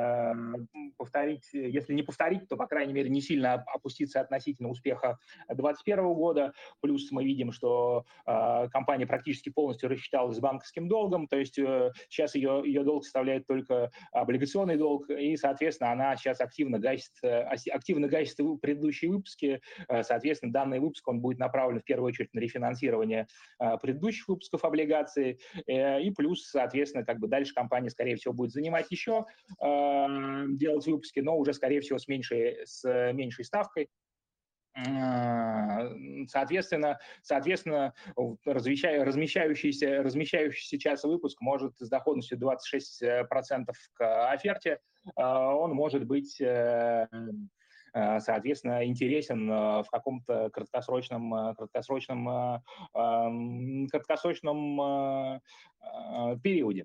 если не повторить, то, по крайней мере, не сильно опуститься относительно успеха 2021 года. Плюс мы видим, что компания практически полностью рассчиталась с банковским долгом, то есть сейчас ее долг составляет только облигационный долг, и, соответственно, она сейчас активно гасит предыдущие выпуски. Соответственно, данный выпуск, он будет направлен в первую очередь на рефинансирование предыдущих выпусков облигаций, и плюс, соответственно, как бы дальше компания, скорее всего, будет занимать еще, делать выпуски, но уже, скорее всего, с меньшей ставкой. Соответственно, размещающийся сейчас выпуск может с доходностью 26% к оферте, он может быть, соответственно, интересен в каком-то краткосрочном периоде.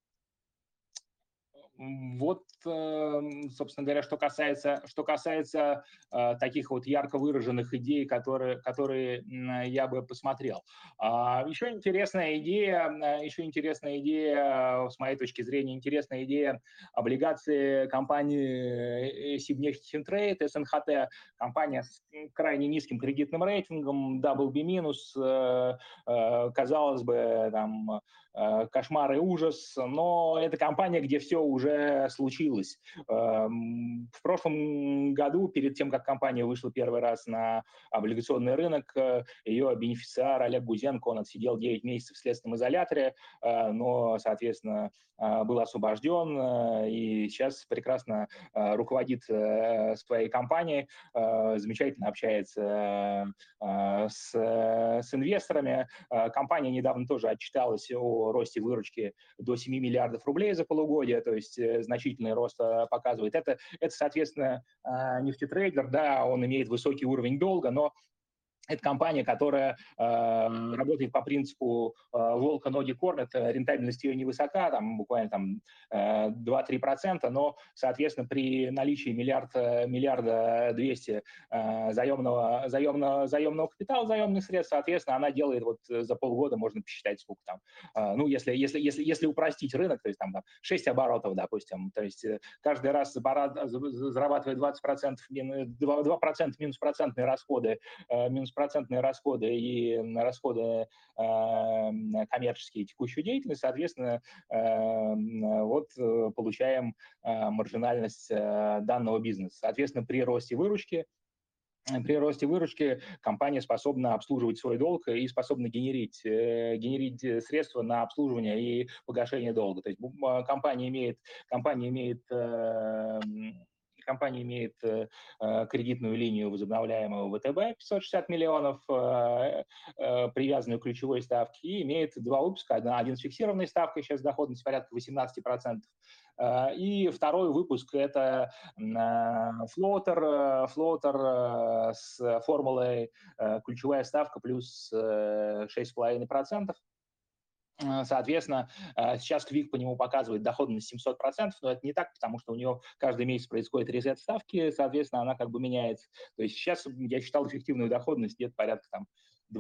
Вот, собственно говоря, что касается таких вот ярко выраженных идей, которые я бы посмотрел. Еще интересная идея, с моей точки зрения, интересная идея облигации компании Сибнефть-Финтрейд, СНХТ, компания с крайне низким кредитным рейтингом, BB-, казалось бы, там, кошмар и ужас, но это компания, где все уже случилось. В прошлом году, перед тем, как компания вышла первый раз на облигационный рынок, ее бенефициар Олег Гузенко, он отсидел 9 месяцев в следственном изоляторе, но, соответственно, был освобожден и сейчас прекрасно руководит своей компанией, замечательно общается с инвесторами. Компания недавно тоже отчиталась о росте выручки до 7 миллиардов рублей за полугодие, то есть значительный рост показывает. Это, соответственно, нефтетрейдер, да, он имеет высокий уровень долга, но Это компания, которая работает по принципу волка ноги кормят, рентабельность ее невысока, там буквально там 2-3%, но, соответственно, при наличии миллиарда 200 заемного капитала, заемных средств, соответственно, она делает вот за полгода, можно посчитать, сколько там, ну, если упростить рынок, то есть там 6 оборотов, допустим, то есть каждый раз зарабатывает 20%, 2% минус процентные расходы, и расходы коммерческие, текущую деятельность, соответственно, вот получаем маржинальность данного бизнеса. Соответственно, при росте выручки компания способна обслуживать свой долг и способна генерить средства на обслуживание и погашение долга. То есть компания имеет Компания имеет кредитную линию возобновляемого ВТБ 560 миллионов, привязанную к ключевой ставке, и имеет два выпуска. Один с фиксированной ставкой, сейчас доходность порядка 18%. И второй выпуск – это флоутер с формулой ключевая ставка плюс 6,5%. Соответственно, сейчас Quick по нему показывает доходность 700%, но это не так, потому что у нее каждый месяц происходит резет ставки, соответственно, она как бы меняется. То есть сейчас я считал эффективную доходность где-то порядка там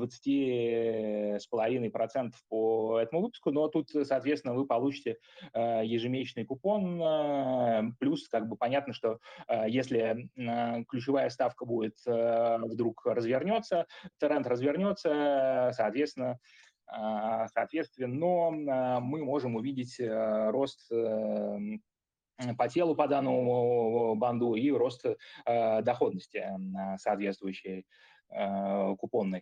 20,5% по этому выпуску, но тут, соответственно, вы получите ежемесячный купон, плюс как бы понятно, что если ключевая ставка будет вдруг тренд развернется, соответственно, мы можем увидеть рост по телу по данному банду и рост доходности соответствующей купонной.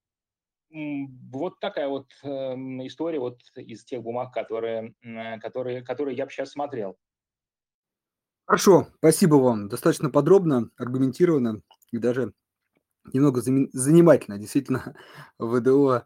Вот такая вот история вот из тех бумаг, которые я бы сейчас смотрел. Хорошо, спасибо вам. Достаточно подробно, аргументированно и даже немного занимательно. Действительно, ВДО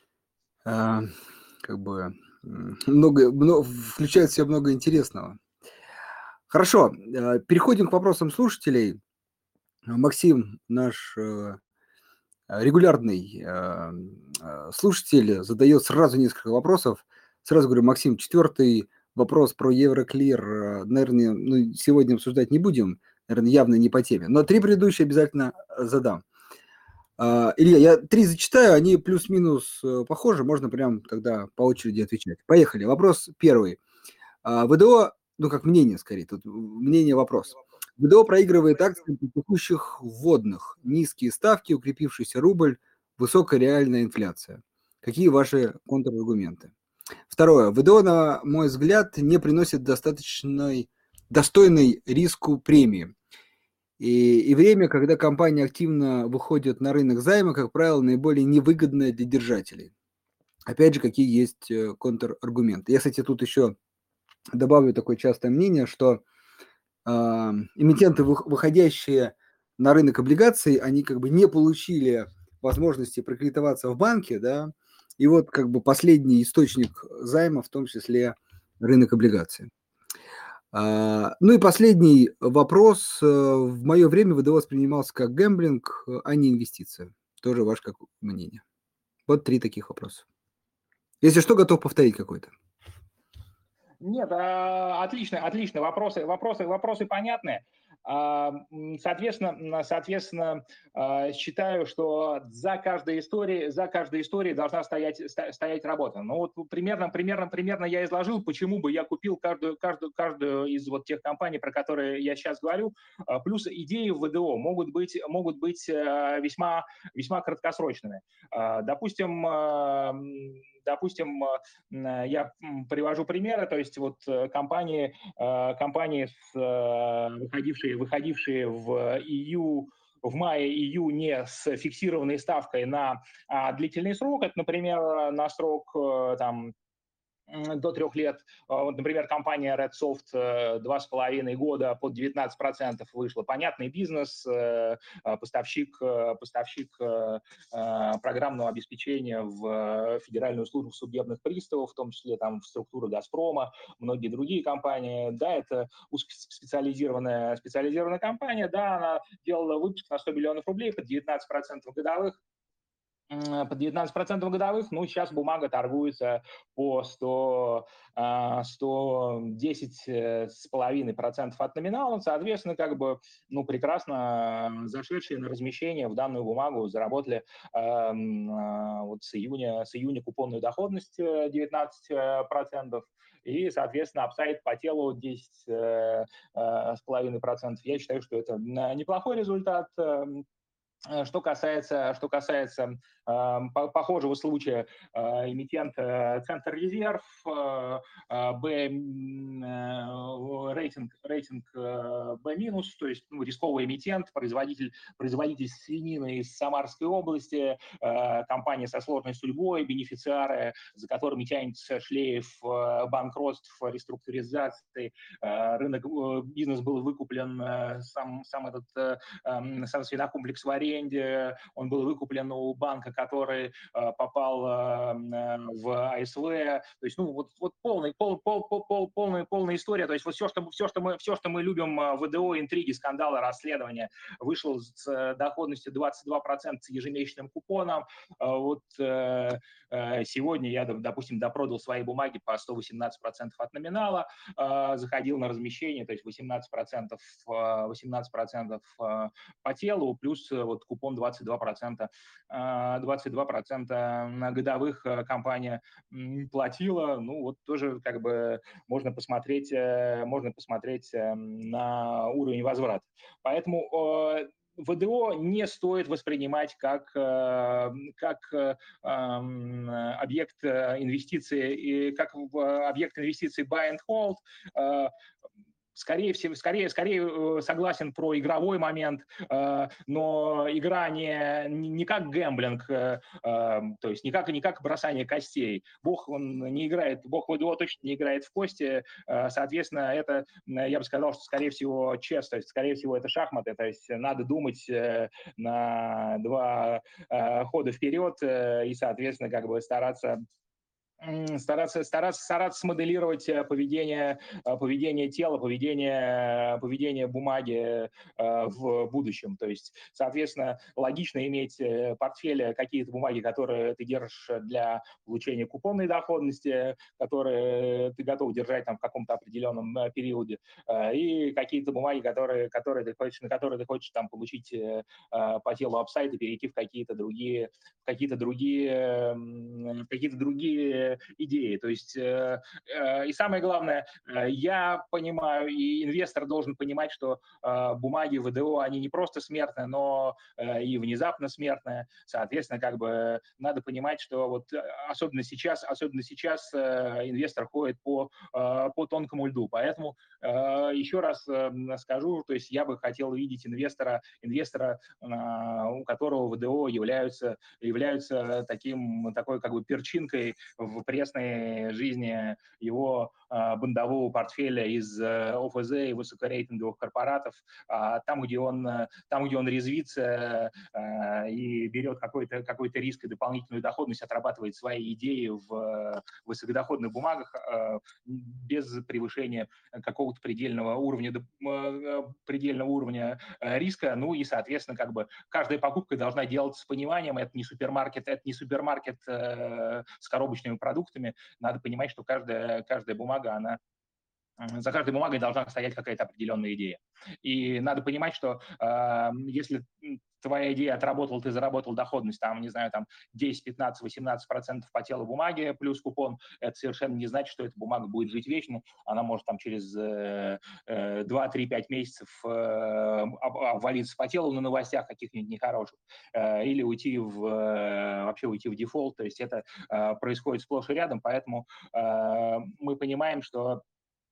как бы включает в себя много интересного. Хорошо, переходим к вопросам слушателей. Максим, наш регулярный слушатель, задает сразу несколько вопросов. Сразу говорю, Максим, 4-й вопрос про Евроклир, наверное, сегодня обсуждать не будем, наверное, явно не по теме, но 3 предыдущие обязательно задам. Илья, я 3 зачитаю, они плюс-минус похожи, можно прям тогда по очереди отвечать. Поехали. Вопрос первый. ВДО, как мнение скорее, тут мнение вопрос. ВДО проигрывает акции при текущих вводных. Низкие ставки, укрепившийся рубль, высокая реальная инфляция. Какие ваши контраргументы? Второе. ВДО, на мой взгляд, не приносит достойной риску премии. И время, когда компания активно выходит на рынок займа, как правило, наиболее невыгодное для держателей. Опять же, какие есть контраргументы. Я, кстати, тут еще добавлю такое частое мнение, что эмитенты, выходящие на рынок облигаций, они как бы не получили возможности прокредитоваться в банке, да, и вот как бы последний источник займа, в том числе рынок облигаций. Ну и последний вопрос. В мое время ВДО воспринимался как гэмблинг, а не инвестиция. Тоже ваше как мнение. Вот 3 таких вопроса. Если что, готов повторить какой-то. Нет, отлично. Вопросы понятные. Соответственно, считаю, что за каждой историей должна стоять работа. Ну вот примерно я изложил, почему бы я купил каждую из вот тех компаний, про которые я сейчас говорю. Плюс идеи в ВДО могут быть весьма краткосрочными. Допустим, я привожу примеры, то есть вот компании, выходившие в мае-июне с фиксированной ставкой на длительный срок, это, например, на срок до 3 лет. Вот, например, компания RedSoft 2,5 года под 19% вышла. Понятный бизнес, поставщик программного обеспечения в Федеральную службу судебных приставов, в том числе там в структуру «Газпрома», многие другие компании. Да, это узкоспециализированная компания, да, она делала выпуск на 100 миллионов рублей под 19% годовых. по 19% годовых, ну, сейчас бумага торгуется по 110,5% от номинала, соответственно, как бы, ну, прекрасно зашедшие на размещение в данную бумагу заработали вот с июня купонную доходность 19%, и, соответственно, апсайд по телу 10,5%. Я считаю, что это неплохой результат. Что касается похожего случая, эмитент Центр Резерв, рейтинг Б минус, то есть рисковый эмитент, производитель свинины из Самарской области, компания со сложной судьбой, бенефициары, за которыми тянется шлейф банкротств, реструктуризации, бизнес был выкуплен, сам свинокомплекс в аренде, он был выкуплен у банка, который попал в АСВ, то есть, вот полная история, то есть вот все, что мы любим, ВДО, интриги, скандалы, расследования, вышел с доходностью 22% с ежемесячным купоном, вот сегодня я, допустим, допродал свои бумаги по 118% от номинала, заходил на размещение, то есть 18% по телу, плюс вот купон 22%, 22% годовых компания платила, ну вот тоже как бы можно посмотреть на уровень возврата. Поэтому ВДО не стоит воспринимать как объект инвестиций, как объект инвестиций buy and hold. Скорее согласен про игровой момент, но игра не как гэмблинг, то есть не как бросание костей. Бог, он не играет, Бог ВДО точно не играет в кости, соответственно, это, я бы сказал, что, скорее всего, чес, то есть, скорее всего, это шахматы, то есть надо думать на 2 хода вперед и, соответственно, как бы стараться смоделировать поведение тела, поведение бумаги в будущем. То есть, соответственно, логично иметь в портфеле какие-то бумаги, которые ты держишь для получения купонной доходности, которые ты готов держать там в каком-то определенном периоде, и какие-то бумаги, на которые ты хочешь там получить по телу апсайд и перейти в какие-то другие идеи. То есть, и самое главное, я понимаю, и инвестор должен понимать, что бумаги ВДО, они не просто смертные, но и внезапно смертные. Соответственно, как бы надо понимать, что вот особенно сейчас инвестор ходит по тонкому льду. Поэтому еще раз скажу, то есть я бы хотел видеть инвестора, у которого ВДО являются такой как бы перчинкой в пресной жизни его бандового портфеля из ОФЗ и высокорейтинговых корпоратов, там, где он резвится и берет какой-то риск и дополнительную доходность, отрабатывает свои идеи в высокодоходных бумагах без превышения какого-то предельного уровня риска. Ну и, соответственно, как бы каждая покупка должна делаться с пониманием. Это не супермаркет с коробочными продуктами. Надо понимать, что каждая бумага, за каждой бумагой должна стоять какая-то определенная идея. И надо понимать, что если твоя идея отработала, ты заработал доходность, там, не знаю, там 10, 15, 18% по телу бумаги плюс купон, это совершенно не значит, что эта бумага будет жить вечно. Она может там через 2, 3, 5 месяцев обвалиться по телу на новостях каких-нибудь нехороших или вообще уйти в дефолт. То есть это происходит сплошь и рядом, поэтому мы понимаем, что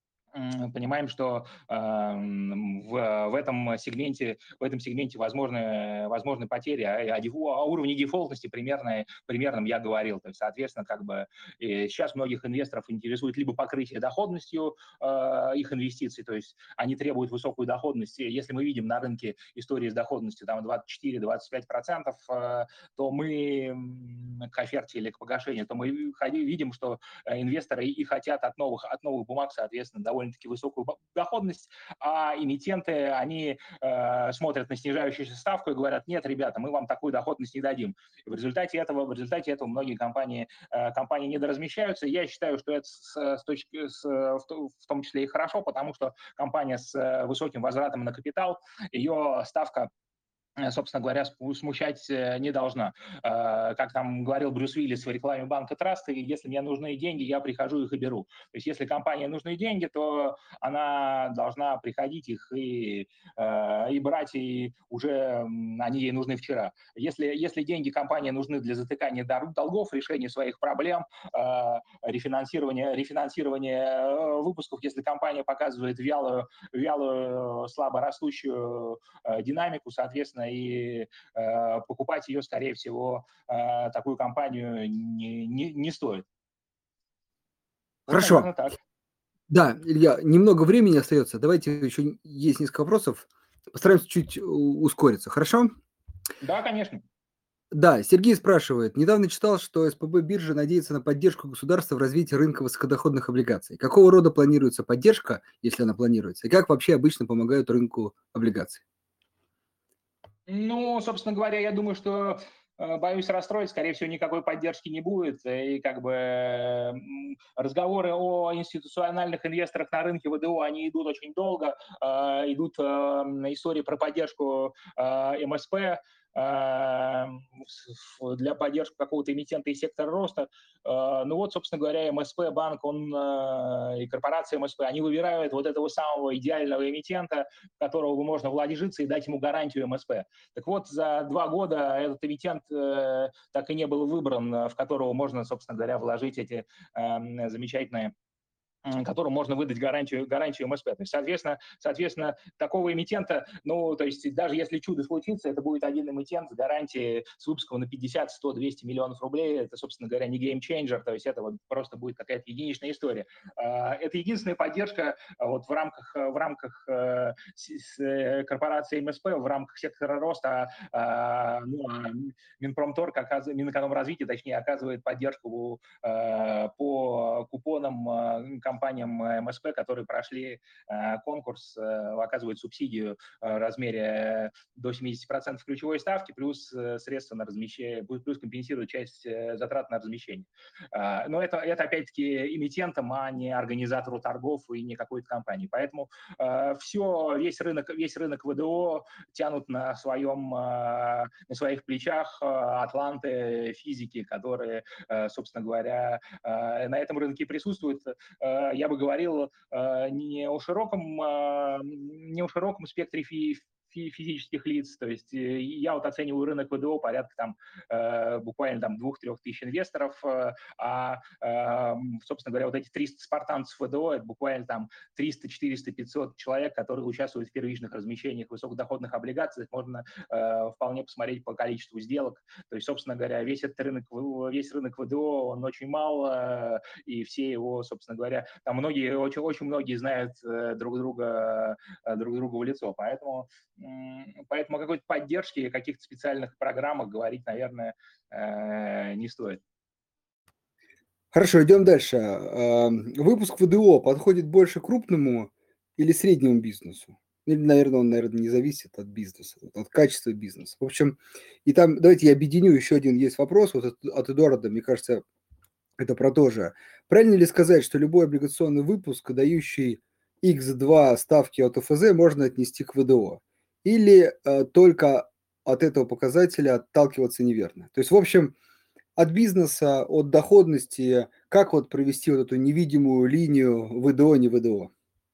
в этом сегменте возможны потери, о уровне дефолтности примерном я говорил. То есть, соответственно, как бы сейчас многих инвесторов интересует либо покрытие доходностью их инвестиций, то есть они требуют высокую доходность. Если мы видим на рынке истории с доходностью там 24-25%, то мы к оферте или к погашению, то мы видим, что инвесторы и хотят от новых бумаг, соответственно, довольно-таки высокую доходность, а эмитенты, они смотрят на снижающуюся ставку и говорят: нет, ребята, мы вам такую доходность не дадим. И в результате этого многие компании недоразмещаются. Я считаю, что это в том числе и хорошо, потому что компания с высоким возвратом на капитал, ее ставка, собственно говоря, смущать не должна. Как там говорил Брюс Уиллис в рекламе банка Траст, если мне нужны деньги, я прихожу их и беру. То есть если компании нужны деньги, то она должна приходить их и брать, и уже они ей нужны вчера. Если деньги компании нужны для затыкания долгов, решения своих проблем, рефинансирования выпусков, если компания показывает вялую слабо растущую динамику, соответственно, и покупать ее, скорее всего, такую компанию не стоит. Вот, Хорошо. наверное, так. Да, Илья, немного времени остается. Давайте еще есть несколько вопросов. Постараемся чуть ускориться. Хорошо? Да, конечно. Да, Сергей спрашивает. Недавно читал, что СПБ биржа надеется на поддержку государства в развитии рынка высокодоходных облигаций. Какого рода планируется поддержка, если она планируется, и как вообще обычно помогают рынку облигаций? Ну, собственно говоря, я думаю, что боюсь расстроить, скорее всего, никакой поддержки не будет. И как бы разговоры о институциональных инвесторах на рынке ВДО, они идут очень долго. Идут истории про поддержку МСП для поддержки какого-то эмитента из сектора роста. Ну вот, собственно говоря, МСП банк, он и корпорация МСП, они выбирают вот этого самого идеального эмитента, в которого можно вложиться и дать ему гарантию МСП. Так вот, за 2 года этот эмитент так и не был выбран, в которого можно, собственно говоря, вложить эти замечательные которому можно выдать гарантию МСП. То есть, соответственно, такого эмитента, ну, то есть даже если чудо случится, это будет один эмитент с гарантией с выпуском на 50, 100, 200 миллионов рублей. Это, собственно говоря, не геймчейнджер, то есть это вот просто будет какая-то единичная история. Это единственная поддержка вот в рамках корпорации МСП, в рамках сектора роста. Ну, Минпромторг, Минэкономразвитие, точнее, оказывает поддержку по купонам компаниям МСП, которые прошли конкурс, оказывают субсидию в размере до 70% ключевой ставки, плюс средства на размещение, плюс компенсируют часть затрат на размещение. Но это опять-таки эмитентам, а не организатору торгов и не какой-то компании. Поэтому весь рынок ВДО тянут на своих плечах атланты, физики, которые, собственно говоря, на этом рынке присутствуют. Я бы говорил не о широком спектре физических лиц. То есть я вот оцениваю рынок ВДО порядка буквально 2-3 тысяч инвесторов, собственно говоря, вот эти 300 спартанцев ВДО, это буквально 300, 400, 500 человек, которые участвуют в первичных размещениях высокодоходных облигаций. Можно вполне посмотреть по количеству сделок. То есть, собственно говоря, весь рынок ВДО, он очень мал, и все его, собственно говоря, там очень многие знают друг друга в лицо. Поэтому о какой-то поддержке, о каких-то специальных программах говорить, наверное, не стоит. Хорошо, идем дальше. Выпуск ВДО подходит больше крупному или среднему бизнесу? Или, наверное, он не зависит от бизнеса, от качества бизнеса. В общем, и там, давайте я объединю, еще один есть вопрос вот от Эдуарда, мне кажется, это про то же. Правильно ли сказать, что любой облигационный выпуск, дающий X2 ставки от ОФЗ, можно отнести к ВДО? Или только от этого показателя отталкиваться неверно? То есть, в общем, от бизнеса, от доходности, как вот провести вот эту невидимую линию ВДО, не ВДО?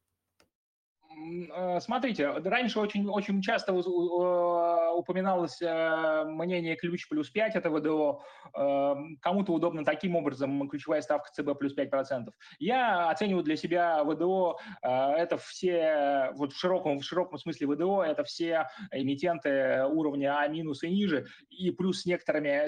Смотрите, раньше очень часто упоминалось мнение ключ плюс 5 это ВДО. Кому-то удобно таким образом, ключевая ставка ЦБ плюс 5%. Я оцениваю для себя ВДО, это все, вот в широком смысле ВДО, это все эмитенты уровня А- и ниже, и плюс с некоторыми,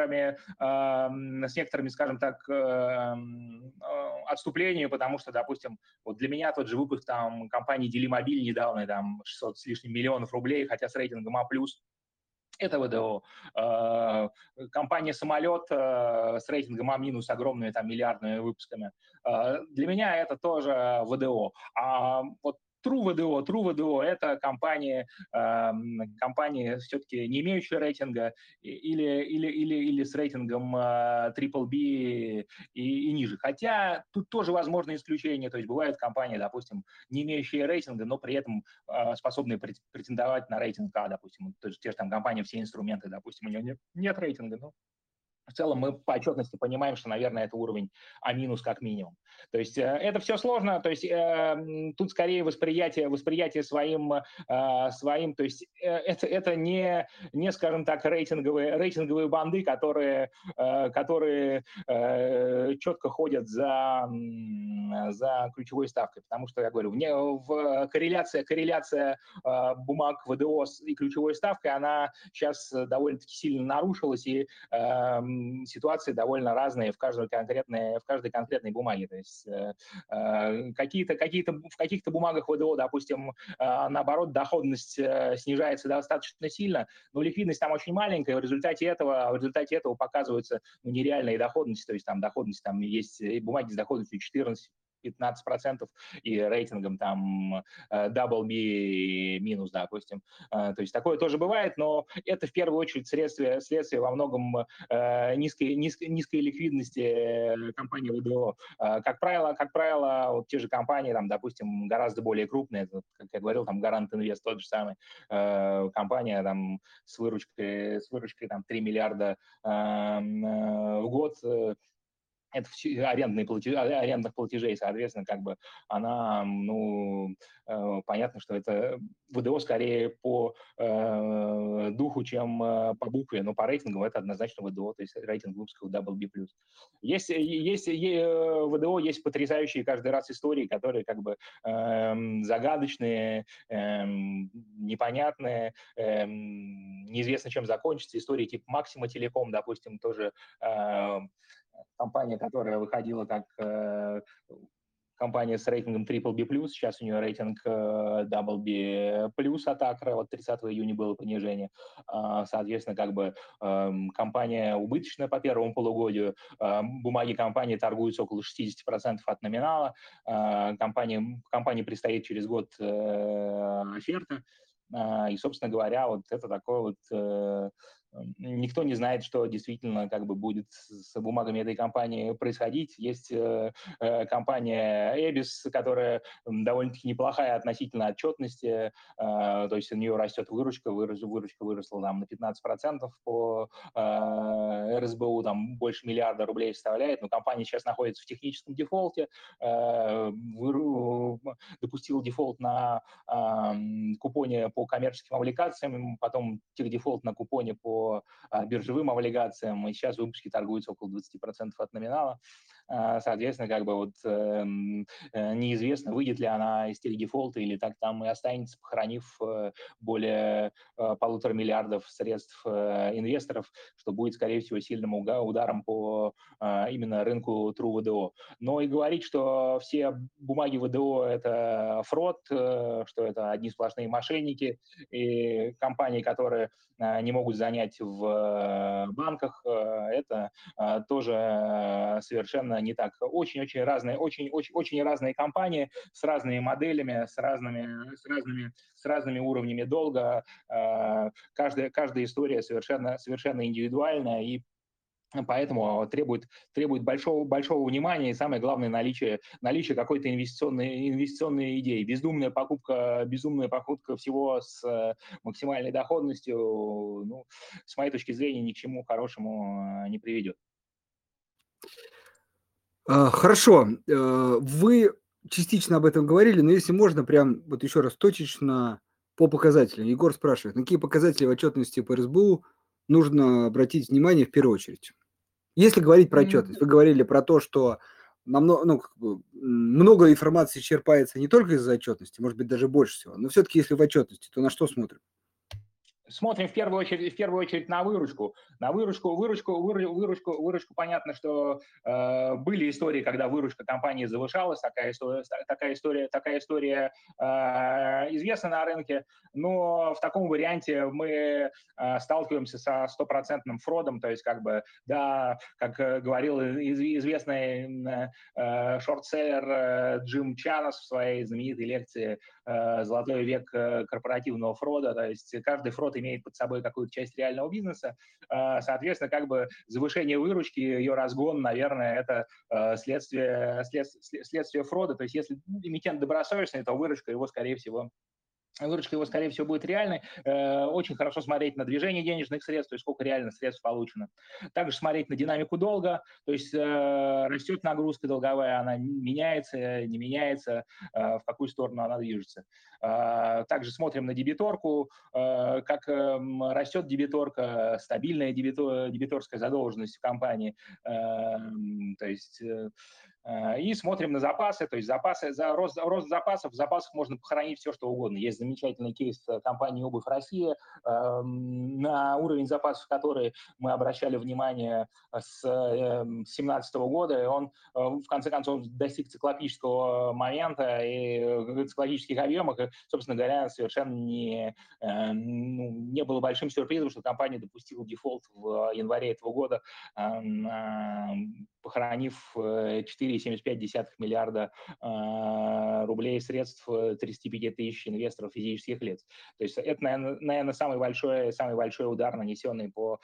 скажем так, отступлениями, потому что, допустим, вот для меня тот же выпуск компании Делимобиль недавно, 600 с лишним миллионов рублей, хотя с рейтингом А+, Это ВДО. Компания «Самолет» с рейтингом А- с огромными там миллиардными выпусками. Для меня это тоже ВДО. А вот True ВДО – это компании все-таки не имеющие рейтинга или с рейтингом Triple B и ниже. Хотя тут тоже возможны исключения. То есть бывают компании, допустим, не имеющие рейтинга, но при этом способные претендовать на рейтинг А, допустим. То есть те же там компании, все инструменты, допустим, у нее нет рейтинга, но в целом мы по отчетности понимаем, что, наверное, это уровень А- как минимум. То есть это все сложно, то есть тут скорее восприятие своим, то есть это не, скажем так, рейтинговые банды, которые четко ходят за ключевой ставкой, потому что, я говорю, корреляция бумаг ВДО и ключевой ставкой, она сейчас довольно-таки сильно нарушилась, и ситуации довольно разные в каждой конкретной бумаге. То есть в каких-то бумагах ВДО, допустим, наоборот, доходность снижается достаточно сильно, но ликвидность там очень маленькая, в результате этого показываются нереальные доходности, то есть там доходность, там есть бумаги с доходностью 14-15% и рейтингом там double B минус, допустим. То есть такое тоже бывает, но это в первую очередь следствие во многом низкой ликвидности компании ВДО. Как правило, вот те же компании, там, допустим, гораздо более крупные, как я говорил, там Гарант Инвест, тот же самый, компания там с выручкой там 3 миллиарда в год, это все арендных платежей, соответственно, как бы она, понятно, что это ВДО скорее по духу, чем по букве, но по рейтингу это однозначно ВДО, то есть рейтинг выпусков WB+. ВДО есть потрясающие каждый раз истории, которые как бы загадочные, непонятные, неизвестно, чем закончится. Истории типа Максима Телеком, допустим, тоже компания, которая выходила как компания с рейтингом BBB+, сейчас у нее рейтинг WB+, от Акра, вот 30 июня было понижение. Соответственно, как бы компания убыточная по первому полугодию, бумаги компании торгуются около 60% от номинала, компании предстоит через год оферта, и, собственно говоря, вот это такое вот никто не знает, что действительно как бы будет с бумагами этой компании происходить. Есть компания Ebis, которая довольно-таки неплохая относительно отчетности, то есть у нее растет выручка выросла там на 15% по РСБУ, там больше миллиарда рублей составляет, но компания сейчас находится в техническом дефолте, допустил дефолт на купоне по коммерческим облигациям, потом техдефолт на купоне по биржевым облигациям, и сейчас выпуски торгуются около 20% от номинала. Соответственно, как бы вот неизвестно, выйдет ли она из техдефолта или так там и останется, похоронив более 1,5 миллиарда средств инвесторов, что будет, скорее всего, сильным ударом по именно рынку True ВДО. Но и говорить, что все бумаги ВДО – это фрод, что это одни сплошные мошенники, и компании, которые не могут занять в банках, это тоже совершенно не так. Очень разные компании с разными моделями, с разными уровнями долга. Каждая история совершенно индивидуальная, и поэтому требует большого внимания и, самое главное, наличие какой-то инвестиционной идеи. Бездумная покупка всего с максимальной доходностью, с моей точки зрения, ни к чему хорошему не приведет. Хорошо. Вы частично об этом говорили, но если можно, прям вот еще раз точечно по показателям. Егор спрашивает, на какие показатели в отчетности по РСБУ нужно обратить внимание в первую очередь? Если говорить про отчетность, вы говорили про то, что много информации черпается не только из-за отчетности, может быть, даже больше всего, но все-таки если в отчетности, то на что смотрим? Смотрим в первую очередь на выручку. На выручку. Понятно, что были истории, когда выручка компании завышалась. Такая история известна на рынке. Но в таком варианте мы сталкиваемся со стопроцентным фродом. То есть, как бы, да, как говорил известный шортселлер Джим Чанос в своей знаменитой лекции «Золотой век корпоративного фрода», то есть каждый фрод имеет под собой какую-то часть реального бизнеса, соответственно, как бы завышение выручки, ее разгон, наверное, это следствие фрода, то есть если эмитент добросовестный, то выручка его, скорее всего, будет реальной. Очень хорошо смотреть на движение денежных средств, то есть сколько реально средств получено. Также смотреть на динамику долга, то есть растет нагрузка долговая, она меняется, не меняется, в какую сторону она движется. Также смотрим на дебиторку, как растет дебиторка, стабильная дебиторская задолженность в компании. То есть и смотрим на запасы, то есть рост запасов. В запасах можно похоронить все, что угодно. Есть замечательный кейс компании «Обувь Россия», на уровень запасов, которые мы обращали внимание с 2017 года, и он в конце концов достиг циклопического момента и в циклопических объемах, и, собственно говоря, совершенно не было большим сюрпризом, что компания допустила дефолт в январе этого года, похоронив 4,75 миллиарда рублей средств 35 тысяч инвесторов физических лиц. То есть это, наверное, самый большой удар, нанесенный по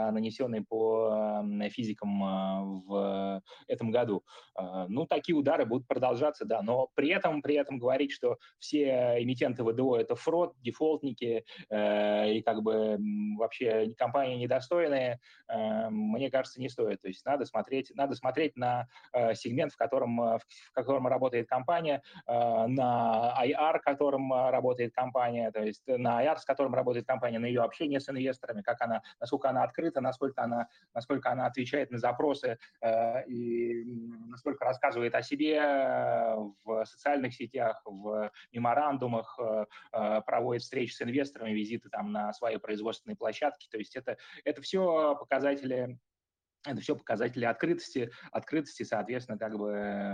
физикам в этом году. Ну, такие удары будут продолжаться, да, но при этом говорить, что все эмитенты ВДО – это фрод, дефолтники и как бы вообще компании недостойные, мне кажется, не стоит. То есть надо смотреть на сегмент, в котором работает компания, на IR, в котором работает компания, то есть на IR, с которым работает компания, на ее общение с инвесторами, насколько она открыта, насколько она отвечает на запросы и насколько рассказывает о себе в социальных сетях, в меморандумах, проводит встречи с инвесторами, визиты там на свои производственные площадки. То есть это все показатели открытости, соответственно, как бы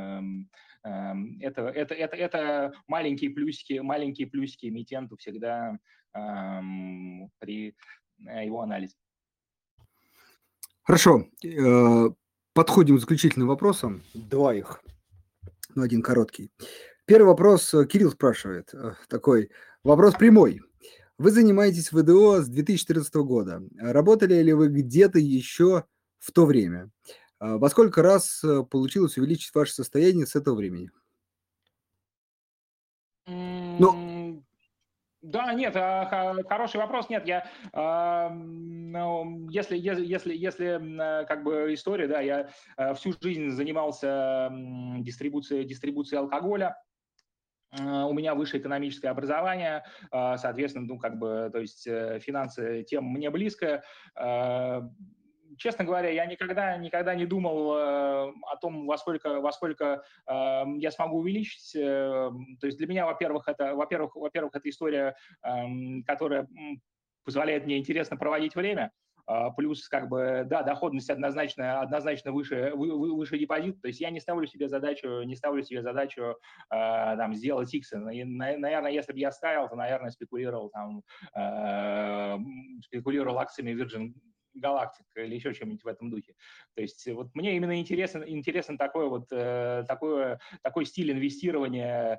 это маленькие плюсики эмитенту всегда при его анализе. Хорошо. Подходим к заключительным вопросам. Два их. Ну, один короткий. Первый вопрос Кирилл спрашивает. Такой вопрос прямой. Вы занимаетесь ВДО с 2014 года. Работали ли вы где-то еще в то время? Во сколько раз получилось увеличить ваше состояние с этого времени? Ну, Да, нет, хороший вопрос. Нет, если как бы история, да, я всю жизнь занимался дистрибуцией алкоголя. У меня высшее экономическое образование, соответственно, ну, как бы, то есть финансы тема мне близкая. Честно говоря, я никогда не думал о том, во сколько я смогу увеличить. То есть для меня, во-первых, это история, которая позволяет мне интересно проводить время. Плюс, как бы, да, доходность однозначно выше депозита. То есть я не ставлю себе задачу там, сделать X. Наверное, если бы я ставил, то, наверное, спекулировал акциями Virgin Galactic или еще чем-нибудь в этом духе. То есть вот мне именно интересен такой стиль инвестирования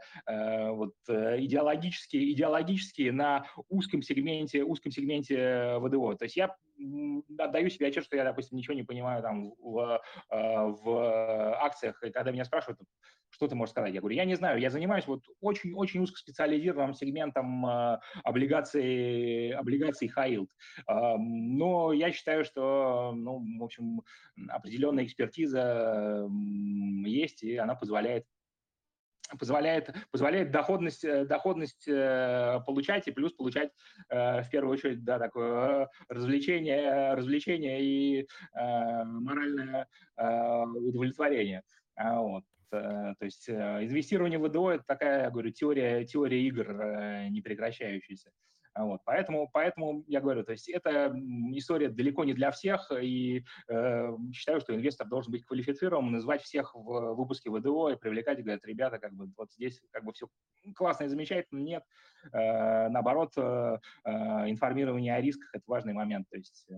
идеологический на узком сегменте ВДО. То есть я отдаю себе отчет, что я, допустим, ничего не понимаю там в акциях, и когда меня спрашивают, что ты можешь сказать? Я говорю, я не знаю, я занимаюсь вот очень узкоспециализированным сегментом облигаций high yield. Но я считаю, что, ну, в общем, определенная экспертиза есть, и она позволяет доходность получать, и плюс получать в первую очередь, да, такое развлечение и моральное удовлетворение. Вот. То есть инвестирование в ВДО – это такая, я говорю, теория игр непрекращающаяся. Вот. Поэтому я говорю, то есть это история далеко не для всех, и считаю, что инвестор должен быть квалифицирован, называть всех в выпуске ВДО и привлекать, говорят, ребята, как бы вот здесь как бы все классно и замечательно, нет. Наоборот, информирование о рисках – это важный момент. То есть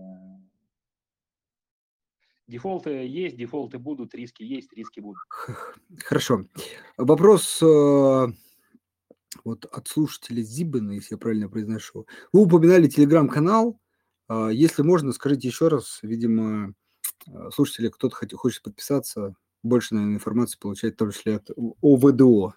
дефолты есть, дефолты будут, риски есть, риски будут. Хорошо. Вопрос вот от слушателя Зибана, если я правильно произношу. Вы упоминали телеграм-канал. Если можно, скажите еще раз. Видимо, слушатели, кто-то хочет подписаться, больше, наверное, информации получать, в том числе от ОВДО.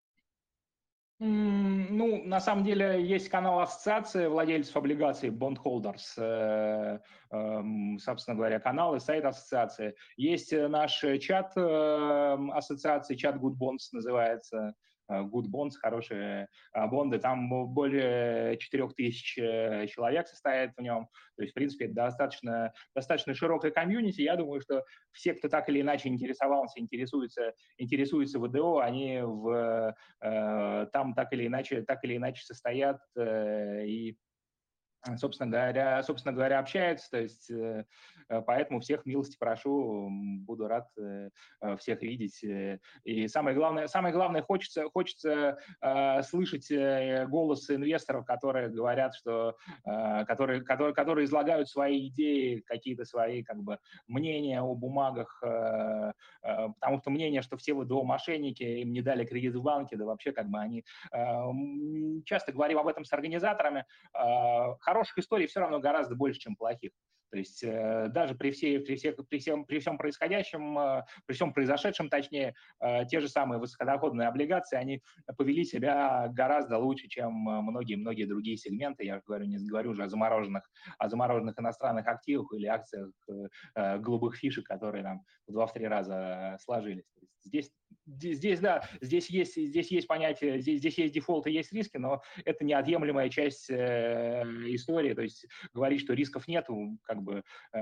Ну, на самом деле, есть канал ассоциации владельцев облигаций Bondholders, собственно говоря, канал и сайт ассоциации. Есть наш чат ассоциации, чат Good Bonds называется. Good Bonds, хорошие бонды. Там более 4000 человек состоит в нем. То есть, в принципе, это достаточно широкая комьюнити. Я думаю, что все, кто так или иначе интересовался, интересуется ВДО, они там так или иначе состоят и собственно говоря, общаются. То есть поэтому всех милости прошу, буду рад всех видеть. И самое главное хочется слышать голос инвесторов, которые говорят, что которые излагают свои идеи, какие-то свои как бы мнения о бумагах, потому что мнение, что все ВДО мошенники, им не дали кредит в банке, да вообще как бы они часто говорим об этом с организаторами. Хороших историй все равно гораздо больше, чем плохих. То есть даже при всем происходящем, при всем произошедшем, точнее, те же самые высокодоходные облигации, они повели себя гораздо лучше, чем многие другие сегменты. Я не говорю уже о замороженных иностранных активах или акциях голубых фишек, которые там в 2-3 раза сложились. Здесь есть понятие, здесь есть дефолт и есть риски, но это неотъемлемая часть истории. То есть говорить, что рисков нету, как бы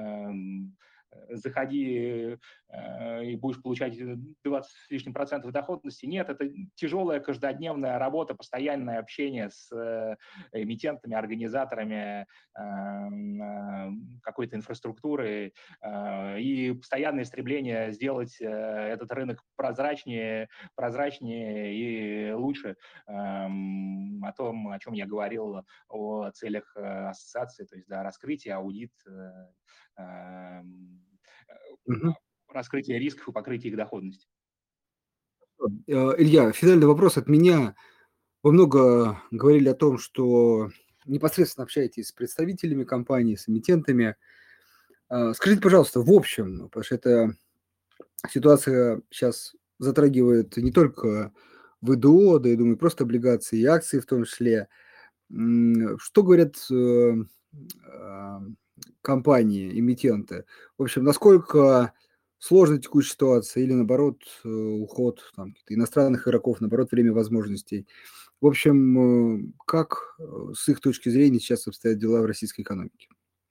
заходи и будешь получать 20 с лишним процентов доходности. Нет, это тяжелая каждодневная работа, постоянное общение с эмитентами, организаторами какой-то инфраструктуры и постоянное стремление сделать этот рынок прозрачнее и лучше. О том, о чем я говорил, о целях ассоциации, то есть да, раскрытие, аудит, Мгм. раскрытие рисков и покрытие их доходности. Илья, финальный вопрос от меня. Вы много говорили о том, что непосредственно общаетесь с представителями компании, с эмитентами. Скажите, пожалуйста, в общем, потому что эта ситуация сейчас затрагивает не только ВДО, да, я думаю, просто облигации и акции в том числе. Что говорят а, компании, эмитенты? В общем, насколько сложна текущая ситуация или, наоборот, уход там, каких-то иностранных игроков, наоборот, время возможностей? В общем, как с их точки зрения сейчас обстоят дела в российской экономике?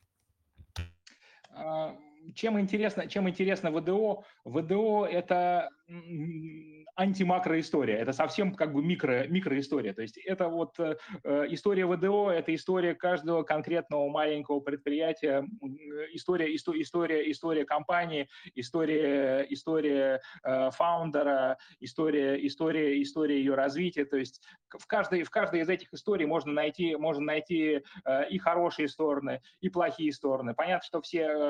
Чем интересно ВДО? ВДО – это антимакроистория, это совсем как бы микроистория. То есть это вот история ВДО – это история каждого конкретного маленького предприятия, история компании, история фаундера, история ее развития. То есть в каждой из этих историй можно найти и хорошие стороны, и плохие стороны. Понятно, что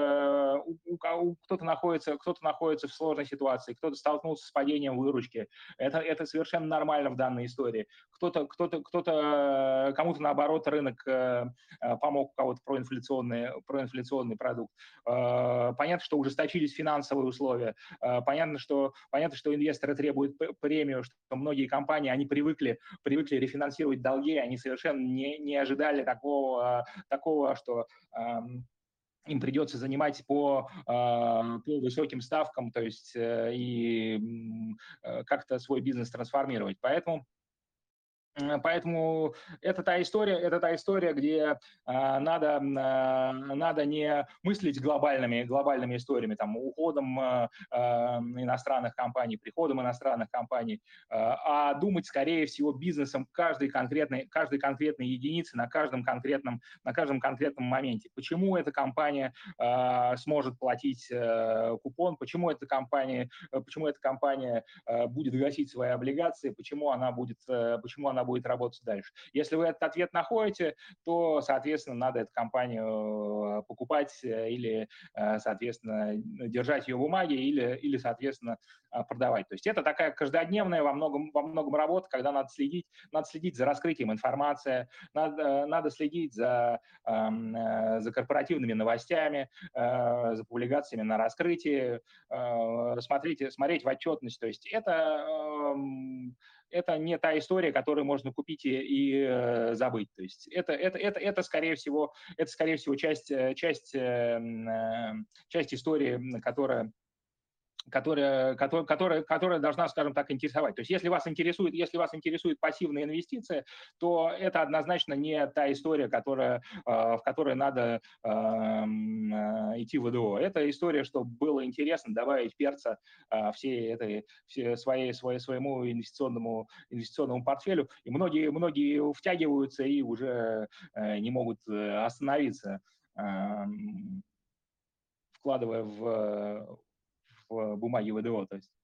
кто-то находится в сложной ситуации, кто-то столкнулся с падением выручки. Это совершенно нормально в данной истории. Кому-то наоборот рынок помог, у кого-то проинфляционный продукт. Понятно, что ужесточились финансовые условия. Понятно, что инвесторы требуют премию, что многие компании, они привыкли рефинансировать долги, они совершенно не ожидали такого, что им придется занимать по высоким ставкам, то есть и как-то свой бизнес трансформировать. Поэтому Поэтому это та история, где надо не мыслить глобальными историями, там, уходом иностранных компаний, приходом иностранных компаний, а думать, скорее всего, бизнесом каждой конкретной единицы на каждом конкретном моменте. Почему эта компания сможет платить купон, почему эта компания будет гасить свои облигации, почему она будет работать дальше. Если вы этот ответ находите, то, соответственно, надо эту компанию покупать или, соответственно, держать ее бумаги или соответственно, продавать. То есть это такая каждодневная во многом работа, когда надо следить за раскрытием информации, надо следить за корпоративными новостями, за публикациями на раскрытии, смотреть в отчетность. То есть это не та история, которую можно купить и забыть. То есть это скорее всего часть истории, которая должна, скажем так, интересовать. То есть если вас интересуют пассивные инвестиции, то это однозначно не та история, в которой надо идти в ВДО. Это история, чтобы было интересно добавить перца своему инвестиционному портфелю. И многие втягиваются и уже не могут остановиться, вкладывая в бумаги ВДО. То есть.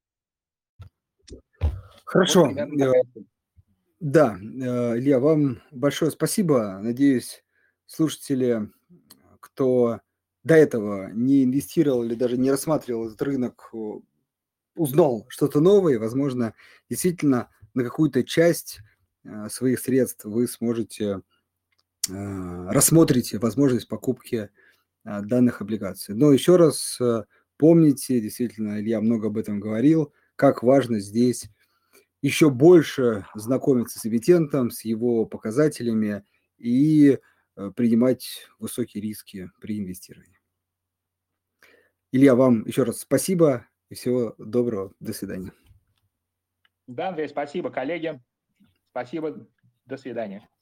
Хорошо. Вот примерно такая история. Да, Илья, вам большое спасибо. Надеюсь, слушатели, кто до этого не инвестировал или даже не рассматривал этот рынок, узнал что-то новое. Возможно, действительно на какую-то часть своих средств вы сможете рассмотрите возможность покупки данных облигаций. Но еще раз помните, действительно, Илья много об этом говорил, как важно здесь еще больше знакомиться с эмитентом, с его показателями и принимать высокие риски при инвестировании. Илья, вам еще раз спасибо и всего доброго. До свидания. Да, Андрей, спасибо, коллеги. Спасибо. До свидания.